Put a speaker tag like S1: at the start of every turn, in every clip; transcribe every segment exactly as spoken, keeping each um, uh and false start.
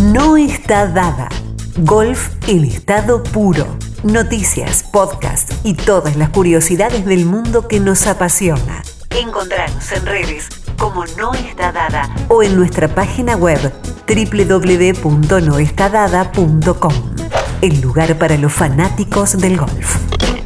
S1: No está dada. Golf en estado puro. Noticias, podcast y todas las curiosidades del mundo que nos apasiona. Encontranos en redes como No Está Dada o en nuestra página web doble u doble u doble u punto no está dada punto com. El lugar para los fanáticos del golf.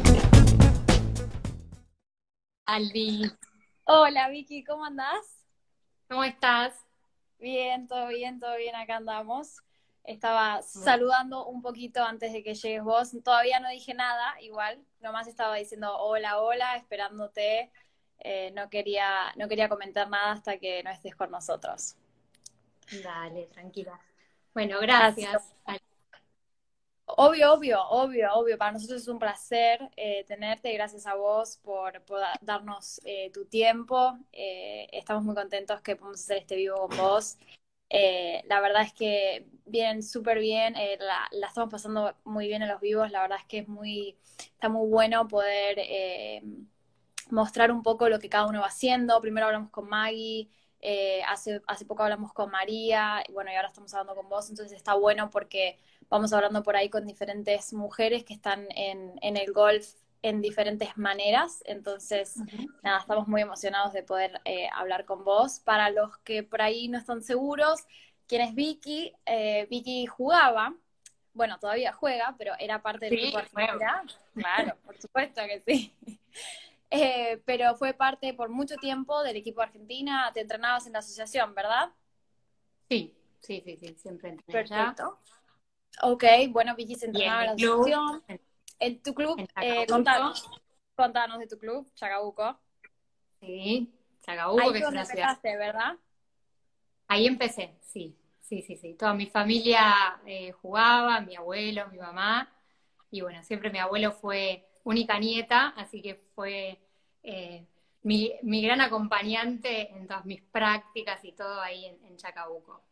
S2: Albi,
S3: Hola Vicky, ¿cómo andás?
S2: ¿cómo estás?
S3: Bien, todo bien, todo bien, acá andamos. Estaba saludando un poquito antes de que llegues vos. Todavía no dije nada, igual, nomás estaba diciendo hola, hola, esperándote. Eh, no quería, no quería comentar nada hasta que no estés con nosotros.
S2: Dale, tranquila. Bueno,
S3: Así
S2: gracias.
S3: que, obvio, obvio, obvio, obvio. Para nosotros es un placer eh, tenerte. Gracias a vos por, por darnos eh, tu tiempo. Eh, estamos muy contentos que podamos hacer este vivo con vos. Eh, la verdad es que vienen súper bien, eh, la, la estamos pasando muy bien en los vivos. La verdad es que es muy, está muy bueno poder eh, mostrar un poco lo que cada uno va haciendo. Primero hablamos con Maggie, eh, hace, hace poco hablamos con María, y bueno, y ahora estamos hablando con vos, entonces está bueno porque vamos hablando por ahí con diferentes mujeres que están en, en el golf en diferentes maneras, entonces
S2: Uh-huh.
S3: nada, estamos muy emocionados de poder eh, hablar con vos. Para los que por ahí no están seguros, ¿quién es Vicky? Eh, Vicky jugaba, bueno, todavía juega, pero era parte del
S2: Sí,
S3: equipo
S2: bueno,
S3: Argentina, claro, por supuesto que sí. Eh, pero fue parte por mucho tiempo del equipo Argentina, te entrenabas en la asociación, ¿verdad?
S2: sí, sí, sí, sí, siempre entrené allá.
S3: Perfecto. Ok, bueno, Vicky se
S2: Y en
S3: entrenaba en
S2: mi
S3: la
S2: club,
S3: asociación.
S2: en,
S3: En tu club,
S2: en
S3: eh,
S2: Chacabuco,
S3: contanos, contanos de tu club, Chacabuco.
S2: sí, Chacabuco,
S3: Ahí
S2: que
S3: fue
S2: es
S3: donde
S2: una ciudad.
S3: empezaste, ¿verdad?
S2: Ahí empecé, sí, sí, sí, sí. Toda mi familia eh, jugaba, mi abuelo, mi mamá, y bueno, siempre mi abuelo fue única nieta, así que fue eh, mi, mi gran acompañante en todas mis prácticas y todo ahí en, en Chacabuco.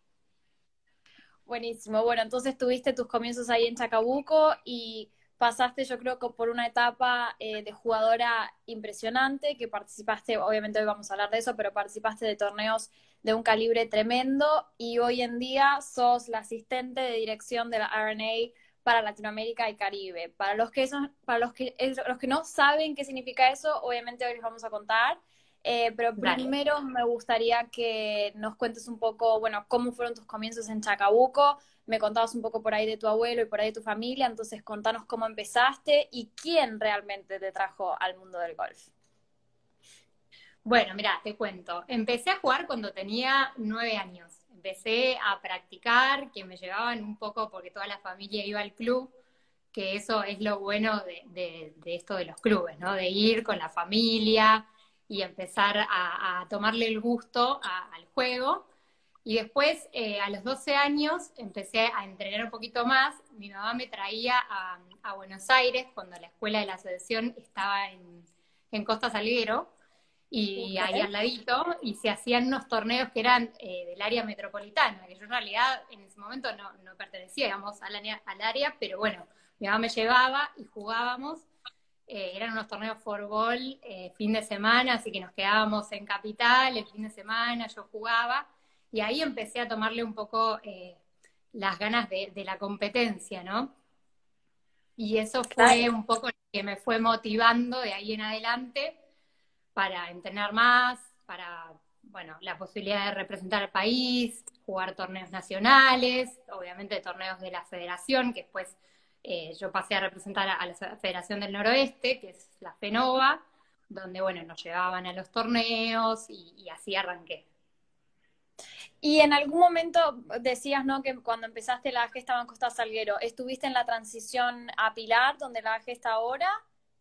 S3: Buenísimo. Bueno, entonces tuviste tus comienzos ahí en Chacabuco y pasaste, yo creo que por una etapa eh, de jugadora impresionante, que participaste, obviamente hoy vamos a hablar de eso, pero participaste de torneos de un calibre tremendo y hoy en día sos la asistente de dirección de la R N A para Latinoamérica y Caribe. Para los que, son, para los que, los que no saben qué significa eso, obviamente hoy les vamos a contar. Eh, pero
S2: Dale.
S3: primero me gustaría que nos cuentes un poco, bueno, cómo fueron tus comienzos en Chacabuco. Me contabas un poco por ahí de tu abuelo y por ahí de tu familia, entonces contanos cómo empezaste y quién realmente te trajo al mundo del golf.
S2: Bueno, mira, te cuento. Empecé a jugar cuando tenía nueve años. Empecé a practicar, que me llevaban un poco porque toda la familia iba al club, que eso es lo bueno de, de- de esto de los clubes, ¿no? De ir con la familia y empezar a, a tomarle el gusto a- al juego. Y después, eh, a los doce años, empecé a entrenar un poquito más. Mi mamá me traía a, a Buenos Aires cuando la escuela de la asociación estaba en, en Costa Salguero y
S3: Ok.
S2: ahí al ladito, y se hacían unos torneos que eran eh, del área metropolitana, que yo en realidad en ese momento no, no pertenecía, digamos, al área, al área, pero bueno, mi mamá me llevaba y jugábamos, eh, eran unos torneos fútbol eh, fin de semana, así que nos quedábamos en Capital el fin de semana, yo jugaba, y ahí empecé a tomarle un poco eh, las ganas de, de la competencia, ¿no? Y eso fue
S3: Claro.
S2: un poco lo que me fue motivando de ahí en adelante para entrenar más, para, bueno, la posibilidad de representar al país, jugar torneos nacionales, obviamente torneos de la federación, que después eh, yo pasé a representar a la Federación del Noroeste, que es la FENOVA, donde, bueno, nos llevaban a los torneos y, y así arranqué.
S3: Y en algún momento decías, ¿no? Que cuando empezaste la A G estaba en Costa Salguero. ¿Estuviste en la transición a Pilar, donde la A G está ahora?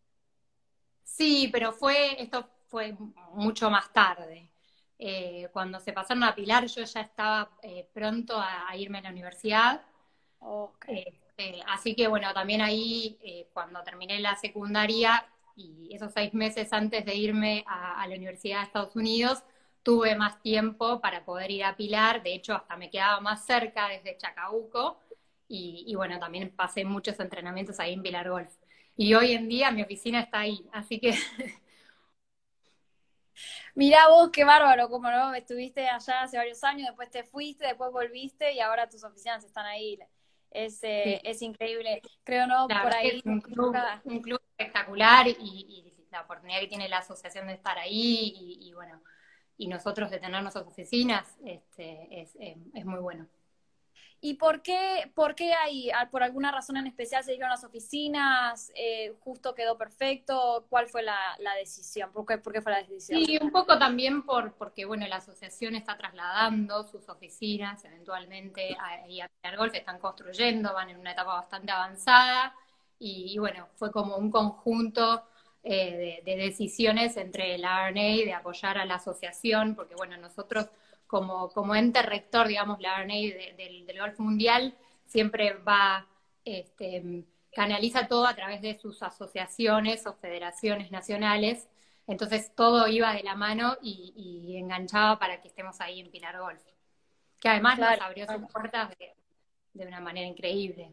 S2: Sí, pero fue, esto fue mucho más tarde. Eh, cuando se pasaron a Pilar, yo ya estaba eh, pronto a, a irme a la universidad.
S3: Ok.
S2: Este, así que bueno, también ahí eh, cuando terminé la secundaria y esos seis meses antes de irme a, a la Universidad de Estados Unidos, tuve más tiempo para poder ir a Pilar. De hecho, hasta me quedaba más cerca desde Chacabuco. Y, y bueno, también pasé muchos entrenamientos ahí en Pilar Golf. Y hoy en día mi oficina está ahí, así que
S3: Mirá vos, qué bárbaro, como no, estuviste allá hace varios años, después te fuiste, después volviste y ahora tus oficinas están ahí. Es,
S2: Sí,
S3: eh, es increíble. Creo, ¿no?
S2: la
S3: Por
S2: verdad que es
S3: ahí
S2: un club,
S3: nunca.
S2: un club espectacular y, y la oportunidad que tiene la asociación de estar ahí y, y bueno, y nosotros de tener nuestras oficinas, este, es, es, es muy bueno.
S3: ¿Y por qué, por qué hay, ah, por alguna razón en especial se dieron las oficinas? Eh, ¿justo quedó perfecto? ¿Cuál fue la, la decisión? ¿Por qué, por qué fue la decisión?
S2: Sí, un poco también por, porque bueno, la asociación está trasladando sus oficinas eventualmente ahí a Pilar Golf, están construyendo, van en una etapa bastante avanzada y, y bueno, fue como un conjunto eh, de, de decisiones entre la R N A de apoyar a la asociación, porque bueno, nosotros como, como ente rector, digamos, la R N A de, del, del Golf Mundial siempre va, este, canaliza todo a través de sus asociaciones o federaciones nacionales. Entonces todo iba de la mano y, y enganchaba para que estemos ahí en Pilar Golf. Que además nos
S3: Claro.
S2: abrió sus puertas de, de una manera increíble.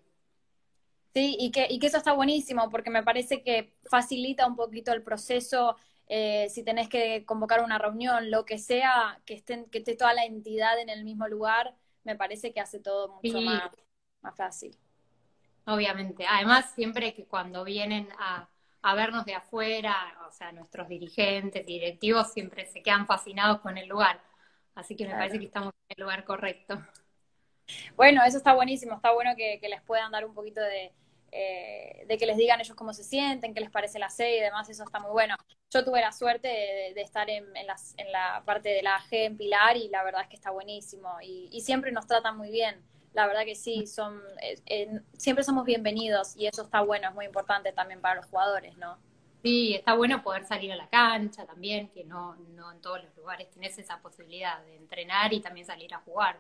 S3: Sí, y que, y que eso está buenísimo, porque me parece que facilita un poquito el proceso, eh, si tenés que convocar una reunión, lo que sea, que estén, que esté toda la entidad en el mismo lugar, me parece que hace todo mucho
S2: Sí,
S3: más, más fácil.
S2: obviamente. Además, siempre que cuando vienen a, a vernos de afuera, o sea, nuestros dirigentes, directivos, siempre se quedan fascinados con el lugar. Así que me parece
S3: Claro.
S2: que estamos en el lugar correcto.
S3: Bueno, eso está buenísimo, está bueno que, que les puedan dar un poquito de, eh, de que les digan ellos cómo se sienten, qué les parece la sede y demás, eso está muy bueno. Yo tuve la suerte de, de estar en, en, las, en la parte de la A G en Pilar y la verdad es que está buenísimo y, y siempre nos tratan muy bien. La verdad que sí, son eh, eh, siempre somos bienvenidos y eso está bueno, es muy importante también para los jugadores, ¿no?
S2: Sí, está bueno poder salir a la cancha también, que no, no en todos los lugares tenés esa posibilidad de entrenar y también salir a jugar.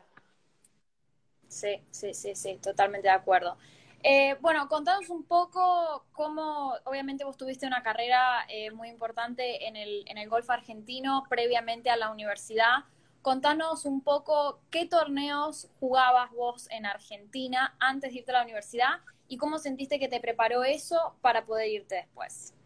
S3: Sí, sí, sí, sí, totalmente de acuerdo. Eh, bueno, contanos un poco cómo, obviamente vos tuviste una carrera eh, muy importante en el, en el golf argentino previamente a la universidad. Contanos un poco qué torneos jugabas vos en Argentina antes de irte a la universidad y cómo sentiste que te preparó eso para poder irte después.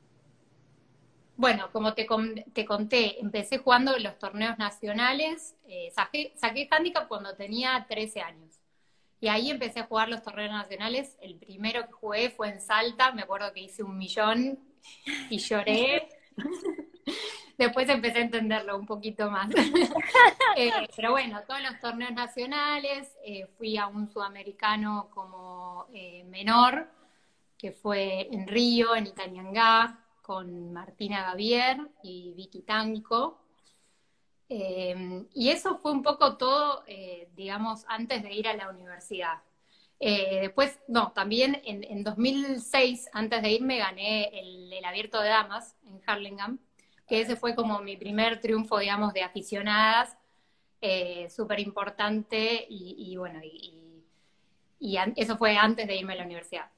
S2: Bueno, como te, te conté, empecé jugando los torneos nacionales, eh, saqué, saqué handicap cuando tenía trece años. Y ahí empecé a jugar los torneos nacionales. El primero que jugué fue en Salta, me acuerdo que hice un millón y lloré. Después empecé a entenderlo un poquito más. eh, pero bueno, todos los torneos nacionales, eh, fui a un sudamericano como eh, menor, que fue en Río, en Itañangá, con Martina Gavier y Vicky Tanco. Eh, y eso fue un poco todo, eh, digamos, antes de ir a la universidad. Eh, después, no, también en, en dos mil seis, antes de irme, gané el, el Abierto de Damas en Hurlingham, que ese fue como mi primer triunfo, digamos, de aficionadas, eh, súper importante, y, y bueno, y, y, y an- eso fue antes de irme a la universidad.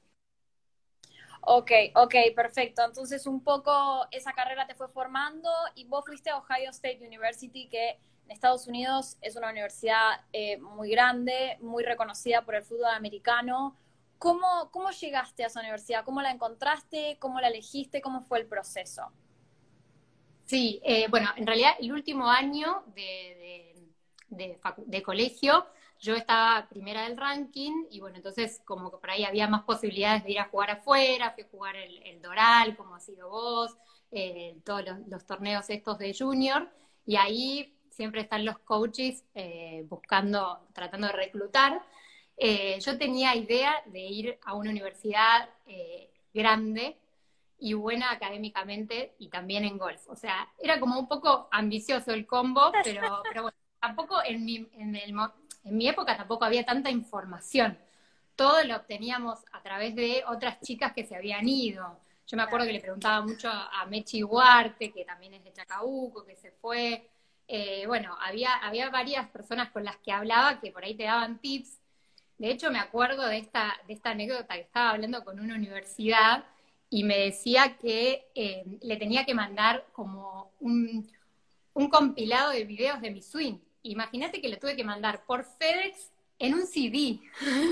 S3: Ok, ok, perfecto. Entonces un poco esa carrera te fue formando y vos fuiste a Ohio State University, que en Estados Unidos es una universidad eh, muy grande, muy reconocida por el fútbol americano. ¿Cómo, cómo llegaste a esa universidad? ¿Cómo la encontraste? ¿Cómo la elegiste? ¿Cómo fue el proceso?
S2: Sí, eh, bueno, en realidad el último año de, de, de, de colegio yo estaba primera del ranking y bueno, entonces como que por ahí había más posibilidades de ir a jugar afuera, fui a jugar el, el Doral, como has sido vos, eh, todos los, los torneos estos de junior, y ahí siempre están los coaches eh, buscando, tratando de reclutar. Eh, yo tenía idea de ir a una universidad eh, grande y buena académicamente y también en golf. O sea, era como un poco ambicioso el combo, pero, pero bueno, tampoco en mi, en, el, en mi época tampoco había tanta información. Todo lo obteníamos a través de otras chicas que se habían ido. Yo me acuerdo que le preguntaba mucho a Mechi Huarte, que también es de Chacabuco, que se fue. Eh, bueno, había, había varias personas con las que hablaba que por ahí te daban tips. De hecho, me acuerdo de esta, de esta anécdota que estaba hablando con una universidad y me decía que eh, le tenía que mandar como un, un compilado de videos de mi swing. Imagínate que lo tuve que mandar por FedEx en un C D.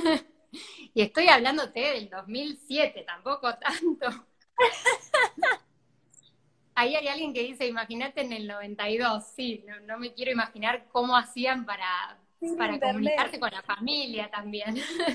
S2: Y estoy hablándote del dos mil siete, tampoco tanto. ahí hay alguien que dice, imagínate en el noventa y dos, sí, no, no me quiero imaginar cómo hacían para,
S3: Sin
S2: para
S3: internet.
S2: comunicarse con la familia también.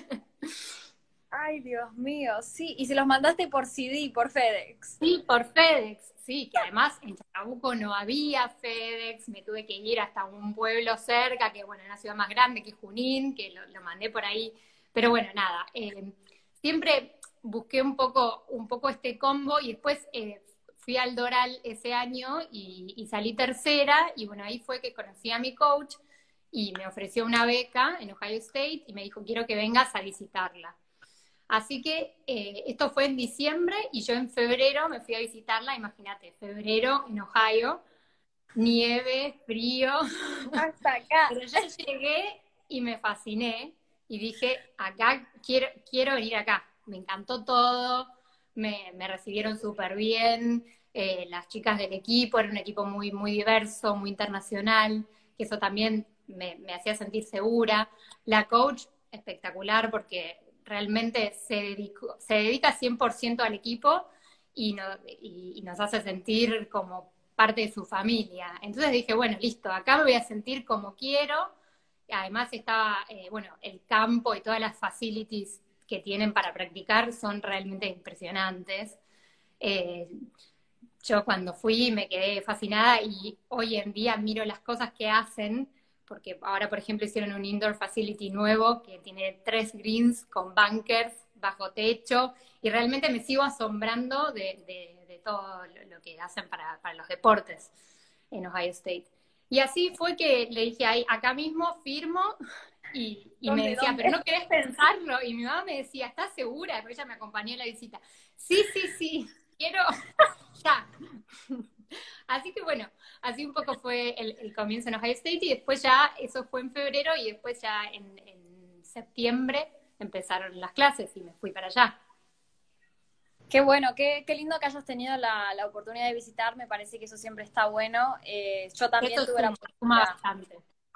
S3: Ay, Dios mío, sí. Y se los mandaste por C D, por FedEx.
S2: Sí, por FedEx, sí, que además en Chacabuco no había FedEx, me tuve que ir hasta un pueblo cerca, que bueno, una ciudad más grande que Junín, que lo, lo mandé por ahí, pero bueno, nada, eh, siempre busqué un poco, un poco este combo y después eh, fui al Doral ese año y, y salí tercera y bueno, ahí fue que conocí a mi coach y me ofreció una beca en Ohio State y me dijo, quiero que vengas a visitarla. Así que eh, esto fue en diciembre y yo en febrero me fui a visitarla, imagínate, febrero en Ohio, nieve, frío,
S3: Hasta acá.
S2: pero yo llegué y me fasciné y dije, acá quiero, quiero venir acá, me encantó todo, me, me recibieron súper bien, eh, las chicas del equipo, era un equipo muy, muy diverso, muy internacional, que eso también me, me hacía sentir segura, la coach espectacular porque realmente se, dedicó, se dedica cien por ciento al equipo y, no, y, y nos hace sentir como parte de su familia. Entonces dije, bueno, listo, acá me voy a sentir como quiero. Además estaba, eh, bueno, el campo y todas las facilities que tienen para practicar son realmente impresionantes. Eh, yo cuando fui me quedé fascinada y hoy en día miro las cosas que hacen, porque ahora, por ejemplo, hicieron un indoor facility nuevo que tiene tres greens con bunkers bajo techo y realmente me sigo asombrando de, de, de todo lo, lo que hacen para, para los deportes en Ohio State. Y así fue que le dije, ahí, acá mismo firmo y, y me
S3: ¿Dónde,
S2: decía, pero
S3: dónde?
S2: no querés pensarlo. Y mi mamá me decía, ¿estás segura? Porque ella me acompañó en la visita. Sí, sí, sí, quiero ya. Así que bueno, así un poco fue el, el comienzo en Ohio State y después ya, eso fue en febrero y después ya en, en septiembre empezaron las clases y me fui para allá.
S3: Qué bueno, qué, qué lindo que hayas tenido la, la oportunidad de visitar, me parece que eso siempre está bueno. Eh, yo también
S2: Eso
S3: tuve la
S2: suma, suma
S3: oportunidad.
S2: bastante.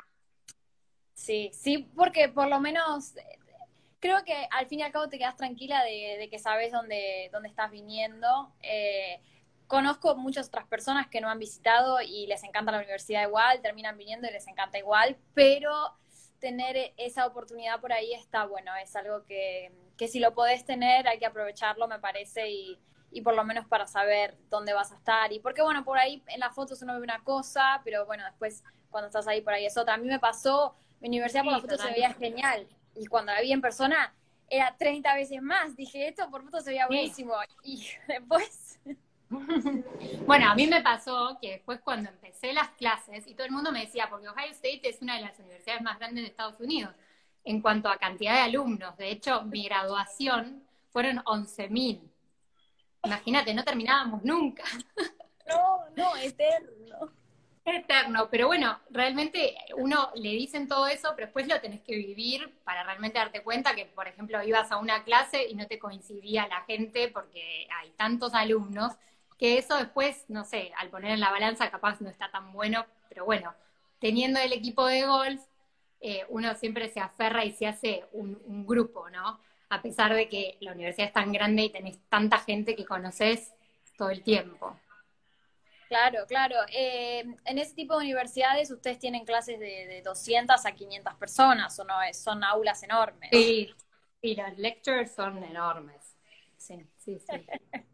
S3: Sí, sí, porque por lo menos eh, creo que al fin y al cabo te quedas tranquila de, de que sabes dónde, dónde estás viniendo. Eh, conozco muchas otras personas que no han visitado y les encanta la universidad igual, terminan viniendo y les encanta igual, pero tener esa oportunidad por ahí está bueno, es algo que, que si lo podés tener hay que aprovecharlo, me parece, y, y por lo menos para saber dónde vas a estar. Y porque bueno, por ahí en las fotos uno ve una cosa, pero bueno, después cuando estás ahí por ahí es otra. A mí me pasó, mi universidad por
S2: Sí,
S3: las fotos se veía
S2: totalmente.
S3: genial, y cuando la vi en persona era treinta veces más. Dije, esto por fotos se veía
S2: Sí.
S3: buenísimo. Y después...
S2: Bueno, a mí me pasó que después cuando empecé las clases, y todo el mundo me decía, porque Ohio State es una de las universidades más grandes de Estados Unidos en cuanto a cantidad de alumnos. De hecho, mi graduación fueron once mil. Imagínate, no terminábamos nunca.
S3: No, no, eterno.
S2: Eterno, pero bueno, realmente uno le dicen todo eso, pero después lo tenés que vivir para realmente darte cuenta que, por ejemplo, ibas a una clase y no te coincidía la gente porque hay tantos alumnos que eso después, no sé, al poner en la balanza capaz no está tan bueno, pero bueno, teniendo el equipo de golf, eh, uno siempre se aferra y se hace un, un grupo, ¿no? A pesar de que la universidad es tan grande y tenés tanta gente que conoces todo el tiempo.
S3: Claro, claro. Eh, en ese tipo de universidades ustedes tienen clases de, de doscientas a quinientas personas, ¿o no? Es- son aulas enormes.
S2: Sí, sí, los lectures son enormes. Sí, sí, sí.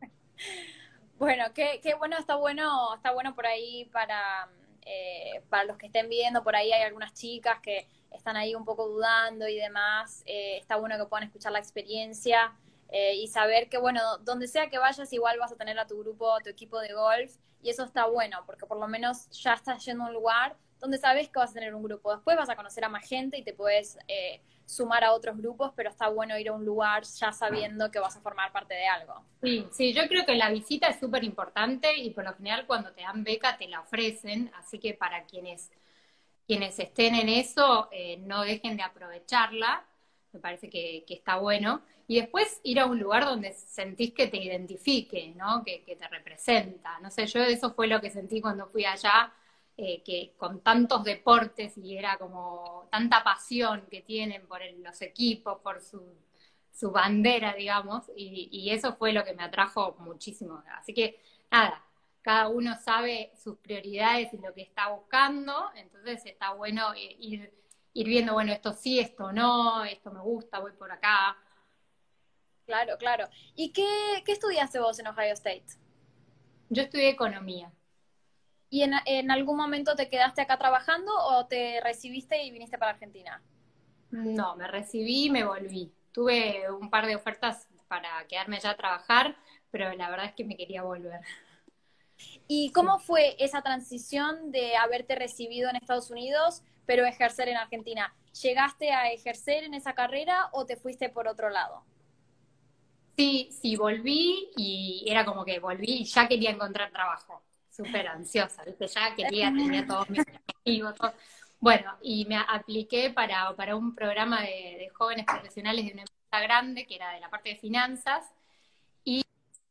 S3: Bueno, qué, qué bueno, está bueno, está bueno por ahí para, eh, para los que estén viendo, por ahí hay algunas chicas que están ahí un poco dudando y demás. Eh, está bueno que puedan escuchar la experiencia, eh, y saber que, bueno, donde sea que vayas, igual vas a tener a tu grupo, a tu equipo de golf, y eso está bueno, porque por lo menos ya estás yendo a un lugar donde sabes que vas a tener un grupo. Después vas a conocer a más gente y te puedes eh, sumar a otros grupos, pero está bueno ir a un lugar ya sabiendo que vas a formar parte de algo.
S2: Sí, sí, yo creo que la visita es súper importante y por lo general cuando te dan beca te la ofrecen, así que para quienes, quienes estén en eso, eh, no dejen de aprovecharla, me parece que, que está bueno. Y después ir a un lugar donde sentís que te identifique, ¿no? Que, que te representa. No sé, yo eso fue lo que sentí cuando fui allá, eh, que con tantos deportes y era como tanta pasión que tienen por el- los equipos, por su, su bandera, digamos, y, y eso fue lo que me atrajo muchísimo. Así que, nada, cada uno sabe sus prioridades y lo que está buscando, entonces está bueno eh, ir, ir viendo, bueno, esto sí, esto no, esto me gusta, voy por acá.
S3: Claro, claro. ¿Y qué, qué estudiaste vos en Ohio State?
S2: Yo estudié economía.
S3: ¿Y en, en algún momento te quedaste acá trabajando o te recibiste y viniste para Argentina?
S2: No, me recibí y me volví. Tuve un par de ofertas para quedarme allá a trabajar, pero la verdad es que me quería volver.
S3: ¿Y
S2: Sí.
S3: cómo fue esa transición de haberte recibido en Estados Unidos, pero ejercer en Argentina? ¿Llegaste a ejercer en esa carrera o te fuiste por otro lado?
S2: Sí, sí, volví y era como que volví y ya quería encontrar trabajo. Súper ansiosa, ¿viste? Ya quería, tenía todos mis objetivos, todo. Bueno, y me apliqué para, para un programa de, de jóvenes profesionales de una empresa grande que era de la parte de finanzas. Y,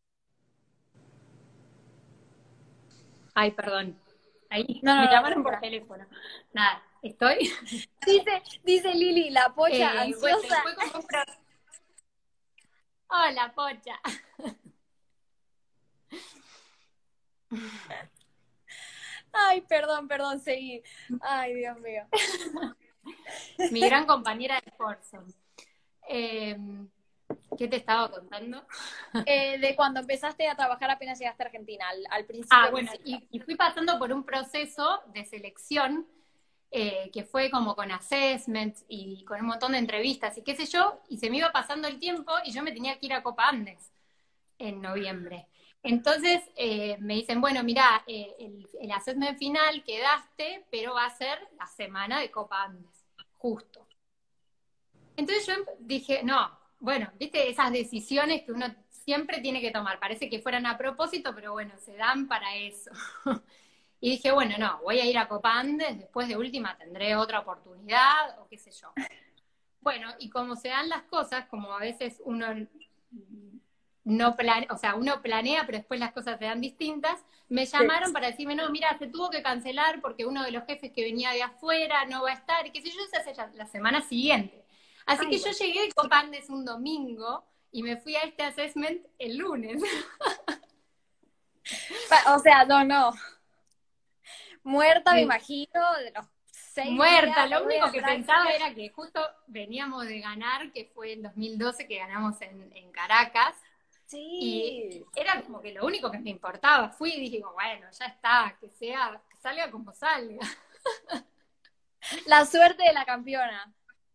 S2: ay, perdón, ahí
S3: No, no,
S2: me
S3: no,
S2: llamaron por
S3: tranquila.
S2: teléfono. Nada, estoy.
S3: Dice, dice Lili, la pocha
S2: Eh, bueno,
S3: ansiosa.
S2: fue como un pro... Hola, Pocha.
S3: Ay, perdón, perdón, seguí. Ay, Dios mío.
S2: Mi gran compañera de esfuerzo. Eh, ¿Qué te estaba contando?
S3: Eh, de cuando empezaste a trabajar apenas llegaste a Argentina, al, al
S2: Ah,
S3: principio,
S2: bueno,
S3: principio.
S2: y, y fui pasando por un proceso de selección eh, que fue como con assessments y con un montón de entrevistas y qué sé yo, y se me iba pasando el tiempo y yo me tenía que ir a Copa Andes en noviembre. Entonces eh, me dicen, bueno, mirá, eh, el, el assessment final quedaste, pero va a ser la semana de Copa Andes, justo. Entonces yo dije, no, bueno, viste esas decisiones que uno siempre tiene que tomar, parece que fueran a propósito, pero bueno, se dan para eso. Y dije, bueno, no, voy a ir a Copa Andes, después de última tendré otra oportunidad o qué sé yo. Bueno, y como se dan las cosas, como a veces uno no planea, o sea, uno planea, pero después las cosas se dan distintas, me
S3: Sí.
S2: llamaron para decirme, no, mira, se tuvo que cancelar porque uno de los jefes que venía de afuera no va a estar, y qué sé yo, se hace la semana siguiente. Así
S3: Ay,
S2: que yo
S3: bueno.
S2: llegué a Copa Andes un domingo y me fui a este assessment el lunes.
S3: Pa- O sea, no, no. Muerta, me
S2: Sí.
S3: imagino, de los seis
S2: Muerta,
S3: días,
S2: lo
S3: dos días
S2: único
S3: de
S2: que pensaba
S3: práctica.
S2: era que justo veníamos de ganar, que fue en dos mil doce que ganamos en, en Caracas, y
S3: Sí.
S2: era como que lo único que me importaba. Fui y dije, bueno, ya está, que sea, que salga como salga.
S3: La suerte de la campeona.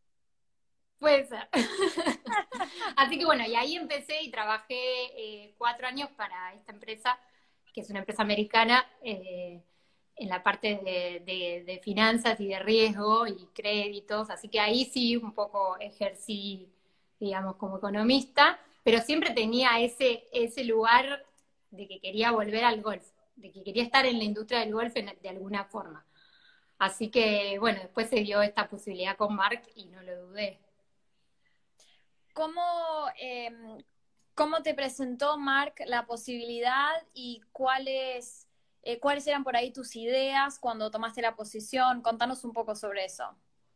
S2: Puede ser. Así que bueno, y ahí empecé y trabajé eh, cuatro años para esta empresa, que es una empresa americana, eh, en la parte de, de, de finanzas y de riesgo y créditos. Así que ahí sí un poco ejercí, digamos, como economista, pero siempre tenía ese, ese lugar de que quería volver al golf, de que quería estar en la industria del golf en- de alguna forma. Así que, bueno, después se dio esta posibilidad con Mark y no lo dudé.
S3: ¿Cómo, eh, cómo te presentó Mark la posibilidad y cuáles, eh, cuáles eran por ahí tus ideas cuando tomaste la posición? Contanos un poco sobre eso.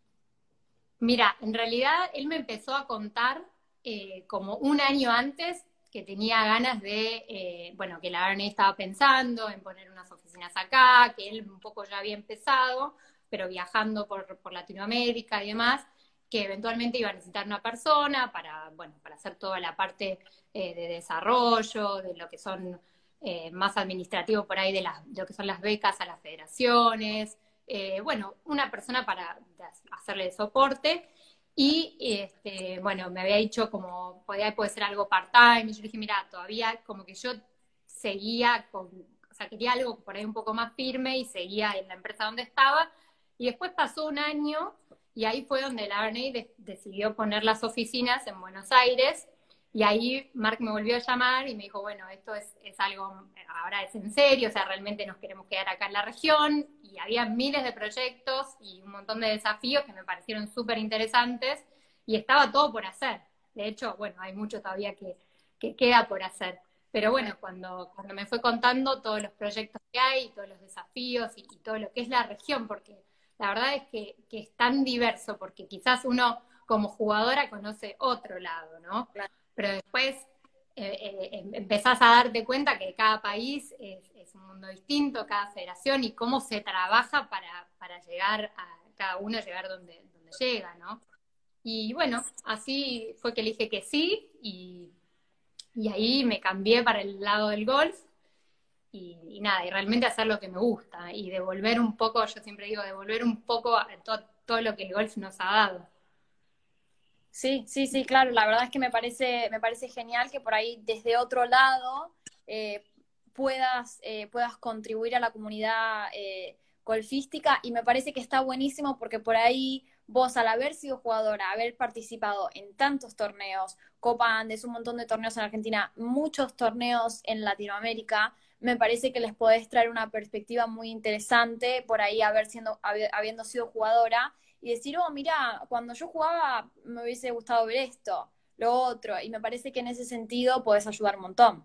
S2: Mira, en realidad él me empezó a contar eh, como un año antes que tenía ganas de, eh, bueno, que la R N A estaba pensando en poner unas oficinas acá, que él un poco ya había empezado, pero viajando por, por Latinoamérica y demás, que eventualmente iba a necesitar una persona para, bueno, para hacer toda la parte eh, de desarrollo, de lo que son eh, más administrativo por ahí de, las, de lo que son las becas a las federaciones, eh, bueno, una persona para hacerle el soporte. Y este, bueno, me había dicho como, podía, puede ser algo part-time. Y yo dije, mira, todavía como que yo seguía con, o sea, quería algo por ahí un poco más firme y seguía en la empresa donde estaba. Y después pasó un año y ahí fue donde la R N A de, decidió poner las oficinas en Buenos Aires. Y ahí Mark me volvió a llamar y me dijo, bueno, esto es, es algo, ahora es en serio, o sea, realmente nos queremos quedar acá en la región. Y había miles de proyectos y un montón de desafíos que me parecieron súper interesantes y estaba todo por hacer. De hecho, bueno, hay mucho todavía que, que queda por hacer. Pero bueno, cuando, cuando me fue contando todos los proyectos que hay, todos los desafíos y, y todo lo que es la región, porque la verdad es que, que es tan diverso, porque quizás uno como jugadora conoce otro lado, ¿no?
S3: Claro.
S2: Pero después eh, eh, em- empezás a darte cuenta que cada país es, es un mundo distinto, cada federación, y cómo se trabaja para, para llegar a cada uno llegar donde, donde llega, ¿no? Y bueno, así fue que elige que sí, y, y ahí me cambié para el lado del golf, y, y nada, y realmente hacer lo que me gusta, y devolver un poco, yo siempre digo, devolver un poco a to- todo lo que el golf nos ha dado.
S3: Sí, sí, sí, claro. La verdad es que me parece, me parece genial que por ahí desde otro lado eh, puedas, eh, puedas contribuir a la comunidad eh, golfística y me parece que está buenísimo porque por ahí vos al haber sido jugadora, haber participado en tantos torneos, Copa Andes, un montón de torneos en Argentina, muchos torneos en Latinoamérica, me parece que les podés traer una perspectiva muy interesante por ahí haber siendo, habi- habiendo sido jugadora y decir, oh, mira, cuando yo jugaba me hubiese gustado ver esto, lo otro, y me parece que en ese sentido podés ayudar un montón.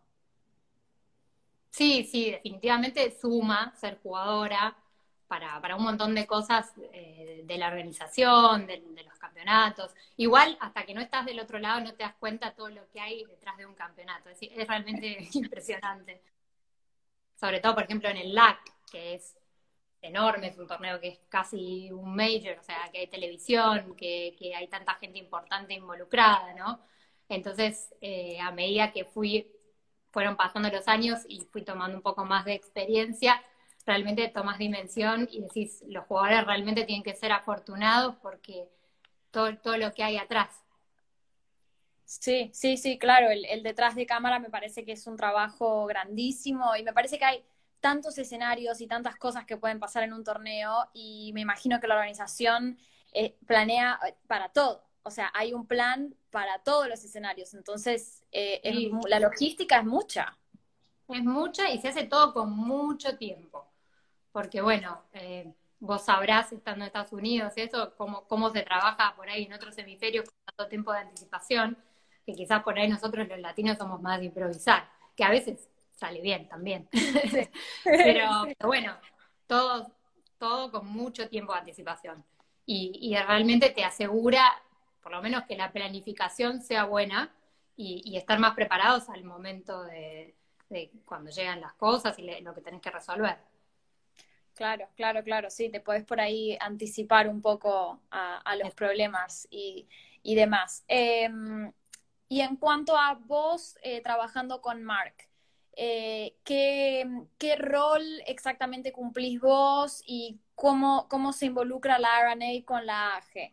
S2: Sí, sí, definitivamente suma ser jugadora para, para un montón de cosas eh, de la organización, de, de los campeonatos. Igual, hasta que no estás del otro lado, no te das cuenta todo lo que hay detrás de un campeonato. Es, decir, es realmente impresionante. Sobre todo, por ejemplo, en el L A C, que es enorme, es un torneo que es casi un major, o sea, que hay televisión, que, que hay tanta gente importante involucrada, ¿no? Entonces, eh, a medida que fui, fueron pasando los años y fui tomando un poco más de experiencia, realmente tomas dimensión y decís, los jugadores realmente tienen que ser afortunados porque todo, todo lo que hay atrás.
S3: Sí, sí, sí, claro, el, el detrás de cámara me parece que es un trabajo grandísimo y me parece que hay tantos escenarios y tantas cosas que pueden pasar en un torneo y me imagino que la organización eh, planea eh, para todo, o sea, hay un plan para todos los escenarios, entonces eh, es,
S2: Sí,
S3: la logística es mucha.
S2: es mucha y se hace todo con mucho tiempo. Porque bueno, eh, vos sabrás, estando en Estados Unidos, eso, cómo, cómo se trabaja por ahí en otros hemisferios con tanto tiempo de anticipación, que quizás por ahí nosotros los latinos somos más de improvisar, que a veces sale bien también.
S3: Sí.
S2: pero,
S3: Sí.
S2: pero bueno, todo, todo con mucho tiempo de anticipación. Y, y realmente te asegura, por lo menos, que la planificación sea buena y, y estar más preparados al momento de, de cuando llegan las cosas y le- lo que tenés que resolver.
S3: Claro, claro, claro, sí, te podés por ahí anticipar un poco a, a los problemas y, y demás. Eh, y en cuanto a vos eh, trabajando con Mark, eh, ¿qué, qué rol exactamente cumplís vos y cómo, cómo se involucra la R and A con la A G?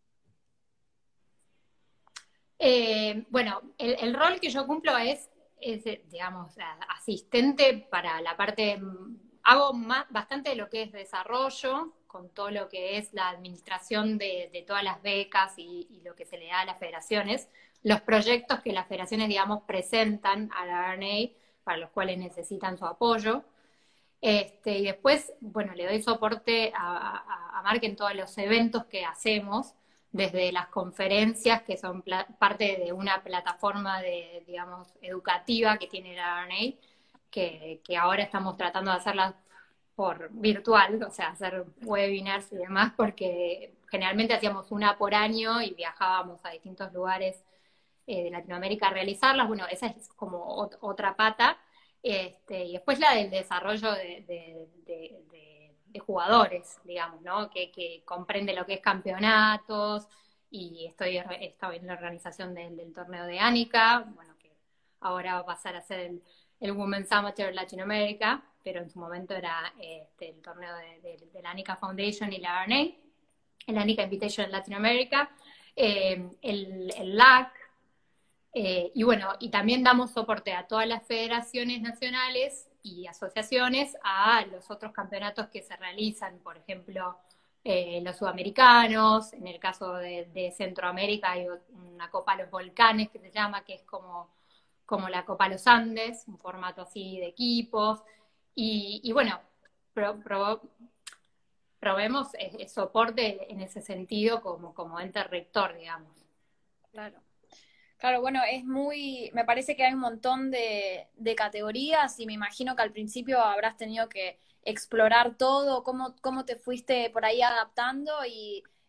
S2: Eh, bueno, el, el rol que yo cumplo es, es, eh, digamos, a- asistente para la parte, mm, hago más, bastante de lo que es desarrollo, con todo lo que es la administración de, de todas las becas y, y lo que se le da a las federaciones, los proyectos que las federaciones, digamos, presentan a la R and A, para los cuales necesitan su apoyo. Este, y después, bueno, le doy soporte a, a, a Mark en todos los eventos que hacemos, desde las conferencias, que son pla- parte de una plataforma de, digamos, educativa que tiene la R and A, que, que ahora estamos tratando de hacerlas por virtual, o sea, hacer webinars y demás, porque generalmente hacíamos una por año y viajábamos a distintos lugares eh, de Latinoamérica a realizarlas. Bueno, esa es como ot- otra pata. Este, y después la del desarrollo de, de, de, de, de jugadores, digamos, ¿no? Que, que, comprende lo que es campeonatos y estoy, estoy en la organización del, del torneo de Anica, bueno, que ahora va a pasar a ser el, el Women's Amateur Latinoamérica, pero en su momento era este, el torneo de, de, de la Anica Foundation y la R and A, el Anica Invitation en Latinoamérica, eh, el, el L A C. Eh, y bueno, y también damos soporte a todas las federaciones nacionales y asociaciones a los otros campeonatos que se realizan, por ejemplo, eh, los sudamericanos, en el caso de, de Centroamérica hay una Copa Los Volcanes que se llama, que es como, como la Copa Los Andes, un formato así de equipos, y, y bueno, pro, pro, probemos eh, soporte en ese sentido como, como ente rector, digamos.
S3: Claro. Claro, bueno, es muy, me parece que hay un montón de, de categorías y me imagino que al principio habrás tenido que explorar todo, cómo, cómo te fuiste por ahí adaptando y